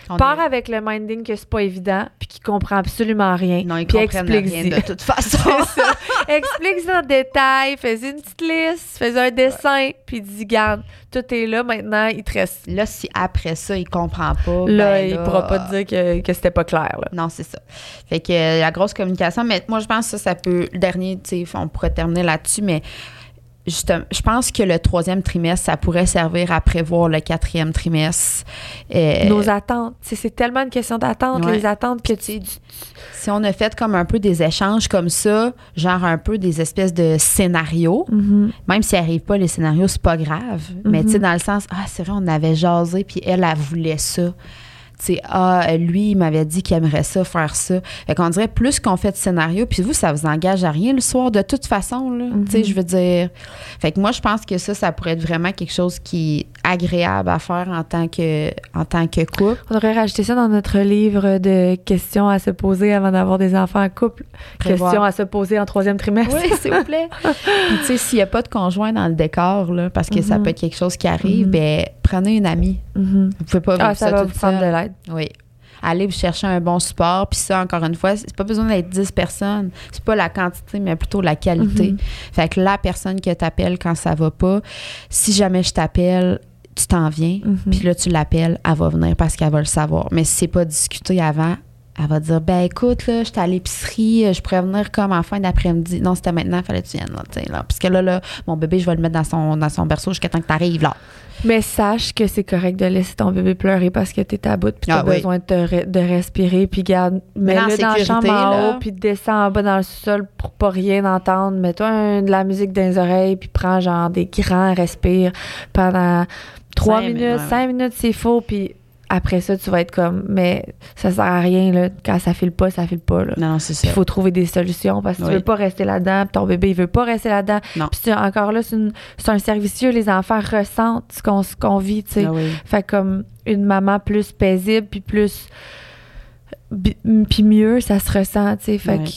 On Pars est- avec le minding que c'est pas évident, puis qu'il comprend absolument rien. Non, ils puis comprennent explique-y. rien de toute façon. C'est ça. Explique-y en détail, fais une petite liste, fais un dessin, puis dis, garde, tout est là, maintenant, il te reste. Là, si après ça, il comprend pas, Là, ben il là, pourra pas te dire que, que c'était pas clair. Là. Non, c'est ça. Fait que euh, la grosse communication, mais moi, je pense que ça, ça peut... Le dernier, tu sais, on pourrait terminer là-dessus, mais justement, je pense que le troisième trimestre, ça pourrait servir à prévoir le quatrième trimestre. Euh, Nos attentes. Tu sais, c'est tellement une question d'attente, Ouais. les attentes que Puis, tu... tu sais, si on a fait comme un peu des échanges comme ça, genre un peu des espèces de scénarios, Mhm. même s'ils n'arrivent pas, les scénarios, c'est pas grave. Mais Mhm. tu sais, dans le sens, ah, c'est vrai, on avait jasé, puis elle, elle voulait ça. Tu sais, ah, lui, il m'avait dit qu'il aimerait ça, faire ça. Fait qu'on dirait plus qu'on fait de scénario, puis vous, ça vous engage à rien le soir, de toute façon, là. Mhm. Tu sais, je veux dire. Fait que moi, je pense que ça, ça pourrait être vraiment quelque chose qui est agréable à faire en tant que, en tant que couple. On devrait rajouter ça dans notre livre de questions à se poser avant d'avoir des enfants en couple. Prévoir. Questions à se poser en troisième trimestre. Oui, s'il vous plaît. Puis, tu sais, s'il n'y a pas de conjoint dans le décor, là, parce que ça Mhm. peut être quelque chose qui arrive, Mhm. ben prenez une amie. Mhm. Vous pouvez pas vivre Ah, ça, ça, va toute vous prendre seule. de l'aide. Oui. Allez vous chercher un bon support. Puis ça, encore une fois, c'est pas besoin d'être dix personnes. C'est pas la quantité, mais plutôt la qualité. Mhm. Fait que la personne que t'appelle quand ça va pas, si jamais je t'appelle, tu t'en viens. Mhm. Puis là, tu l'appelles, elle va venir parce qu'elle va le savoir. Mais si c'est pas discuté avant, elle va dire, ben écoute, là, j'étais à l'épicerie, je pourrais venir comme en fin d'après-midi. Non, c'était maintenant, il fallait que tu viennes. Là, t'sais, là. Parce que là, là, mon bébé, je vais le mettre dans son, dans son berceau jusqu'à temps que tu arrives là. Mais sache que c'est correct de laisser ton bébé pleurer parce que t'es à bout puis t'as Ah oui. besoin de, te re- de respirer puis garde, Mais en mets-le dans la sécurité, chambre en là. haut puis descends en bas dans le sol pour pas rien entendre. Mets-toi un- de la musique dans les oreilles puis prends genre des grands respires pendant trois Cinq minutes, minutes, ouais. cinq minutes s'il faut puis après ça tu vas être comme mais ça sert à rien là quand ça file pas, ça file pas là. Non, c'est ça. Il faut trouver des solutions parce que Oui. tu veux pas rester là-dedans, puis ton bébé il veut pas rester là-dedans. Non. Puis c'est- encore là c'est, une- c'est un servicieux, les enfants ressentent ce qu'on, ce qu'on vit, tu sais. Ah oui. Fait comme une maman plus paisible puis plus bi- puis mieux, ça se ressent, tu sais. Fait Ouais.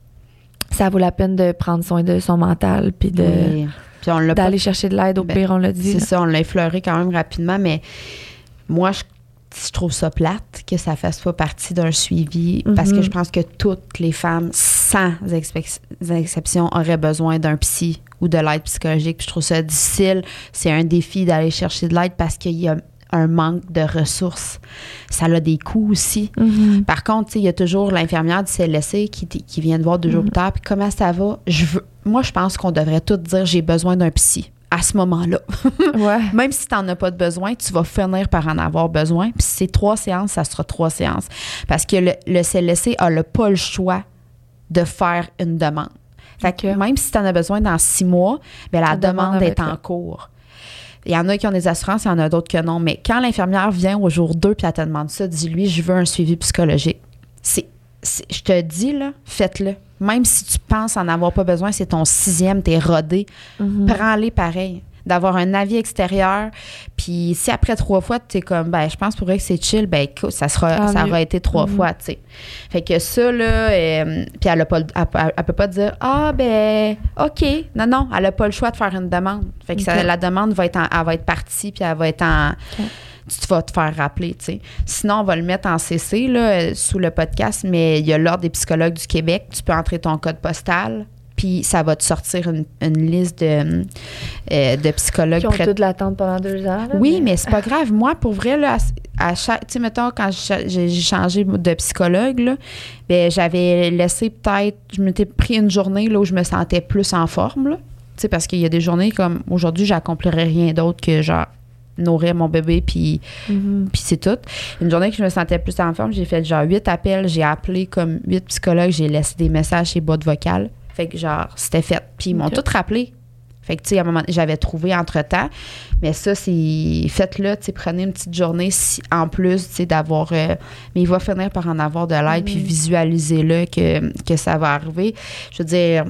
que ça vaut la peine de prendre soin de son mental puis de Oui. Puis on l'a pas d'aller chercher de l'aide au Ben, pire, on l'a dit. C'est là. ça, on l'a effleuré quand même rapidement, mais moi, je, je trouve ça plate que ça fasse pas partie d'un suivi parce que Mhm. je pense que toutes les femmes, sans expec- exception, auraient besoin d'un psy ou de l'aide psychologique. Puis je trouve ça difficile. C'est un défi d'aller chercher de l'aide parce qu'il y a un manque de ressources. Ça a des coûts aussi. Mhm. Par contre, tu sais, il y a toujours l'infirmière du C L S C qui, t- qui vient te voir deux jours Mhm. plus tard. Puis comment ça va? Je veux, moi, je pense qu'on devrait toutes dire j'ai besoin d'un psy à ce moment-là. Ouais. Même si tu n'en as pas de besoin, tu vas finir par en avoir besoin. Puis si c'est trois séances, ça sera trois séances. Parce que le, le C L S C n'a pas le choix de faire une demande. Fait que Ok. même si tu en as besoin dans six mois, bien, la La demande demande va est être en là. cours. Il y en a qui ont des assurances, il y en a d'autres que non. Mais quand l'infirmière vient au jour deux puis elle te demande ça, dis-lui, je veux un suivi psychologique. C'est, c'est- je te dis, là, faites-le. Même si tu penses en avoir pas besoin, c'est ton sixième, t'es rodé. Mhm. Prends-les pareil. D'avoir un avis extérieur. Puis si après trois fois, tu es comme, ben, je pense pour vrai que c'est chill, ben, écoute, ça, sera, Ah, ça mieux. aura été trois Mhm. fois, tu sais. Fait que ça, là, euh, puis elle, a pas, le- elle, elle- elle peut pas dire, ah, ben, OK. Non, non, elle a pas le choix de faire une demande. Fait que ça- Ok. la demande va être, en- elle va être partie, puis elle va être en. Ok. Tu vas te faire rappeler, tu sais. Sinon, on va le mettre en C C, là, euh, sous le podcast, mais il y a l'Ordre des psychologues du Québec. Tu peux entrer ton code postal, puis ça va te sortir une, une liste de, euh, de psychologues Qui ont prêts. toute l'attente pendant deux ans. là, Oui, mais c'est pas grave. Moi, pour vrai, là, à, à chaque. Tu sais, mettons, quand j'ai j'ai changé de psychologue, là, ben, j'avais laissé peut-être. Je m'étais pris une journée là, où je me sentais plus en forme, là. Tu sais, parce qu'il y a des journées comme aujourd'hui, j'accomplirais rien d'autre que genre nourrir mon bébé, puis Mhm. puis c'est tout. Une journée que je me sentais plus en forme, j'ai fait genre huit appels, j'ai appelé comme huit psychologues, j'ai laissé des messages chez boîte vocale. Fait que genre, c'était fait. Puis ils m'ont Ok. tout rappelé. Fait que, tu sais, à un moment, j'avais trouvé entre-temps. Mais ça, c'est... Faites-le, tu sais, prenez une petite journée si, en plus, tu sais, d'avoir... euh, mais il va finir par en avoir de l'aide, Mhm. puis visualisez-le que, que ça va arriver. Je veux dire...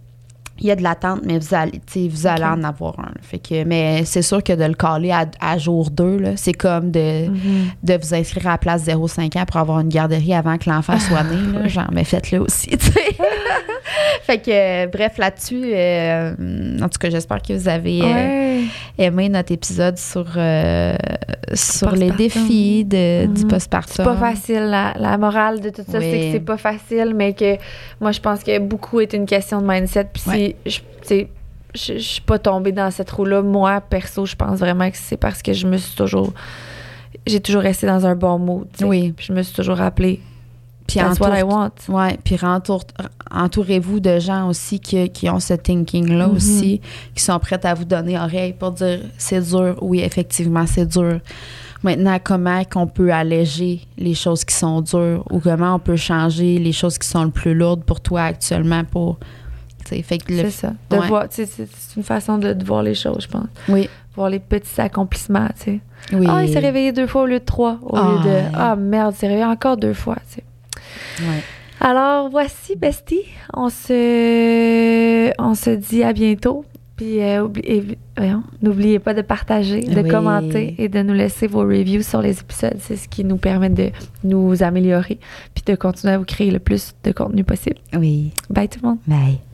Il y a de l'attente, mais vous allez, tu sais, vous allez Ok. en avoir un. Là. Fait que, mais c'est sûr que de le caler à, à jour deux, là, c'est comme de, Mhm. de vous inscrire à la place zéro cinq ans pour avoir une garderie avant que l'enfant soit né. Là, genre, mais faites-le aussi, tu sais. Fait que, euh, bref, là-dessus, euh, en tout cas, j'espère que vous avez, euh, Ouais. aimé notre épisode sur, euh, sur les défis de, mm-hmm. du postpartum. C'est pas facile. La, la morale de tout ça, oui. c'est que c'est pas facile, mais que moi, je pense que beaucoup est une question de mindset. Puis ouais. c'est... Je, je suis pas tombée dans cette roue-là. Moi, perso, je pense vraiment que c'est parce que je me suis toujours... J'ai toujours resté dans un bon mood. T'sais. Oui. Puis je me suis toujours rappelé. Puis That's entour, what I want. Oui, puis entour, entourez-vous de gens aussi qui, qui ont ce thinking-là mm-hmm. aussi, qui sont prêts à vous donner oreille pour dire c'est dur. Oui, effectivement, c'est dur. Maintenant, comment qu'on peut alléger les choses qui sont dures ou comment on peut changer les choses qui sont le plus lourdes pour toi actuellement pour... Fait que le, c'est ça. De ouais. voir, c'est, c'est une façon de, de voir les choses, je pense. Oui. Voir les petits accomplissements, tu sais. Oui. Ah, il s'est réveillé deux fois au lieu de trois. Au ah, lieu de ah merde, il s'est réveillé encore deux fois, tu sais. Ouais. Alors, voici, bestie. On se, on se dit à bientôt. Puis, euh, oublie, voyons, n'oubliez pas de partager, de oui. commenter et de nous laisser vos reviews sur les épisodes. C'est ce qui nous permet de nous améliorer puis de continuer à vous créer le plus de contenu possible. Oui. Bye tout le monde. Bye.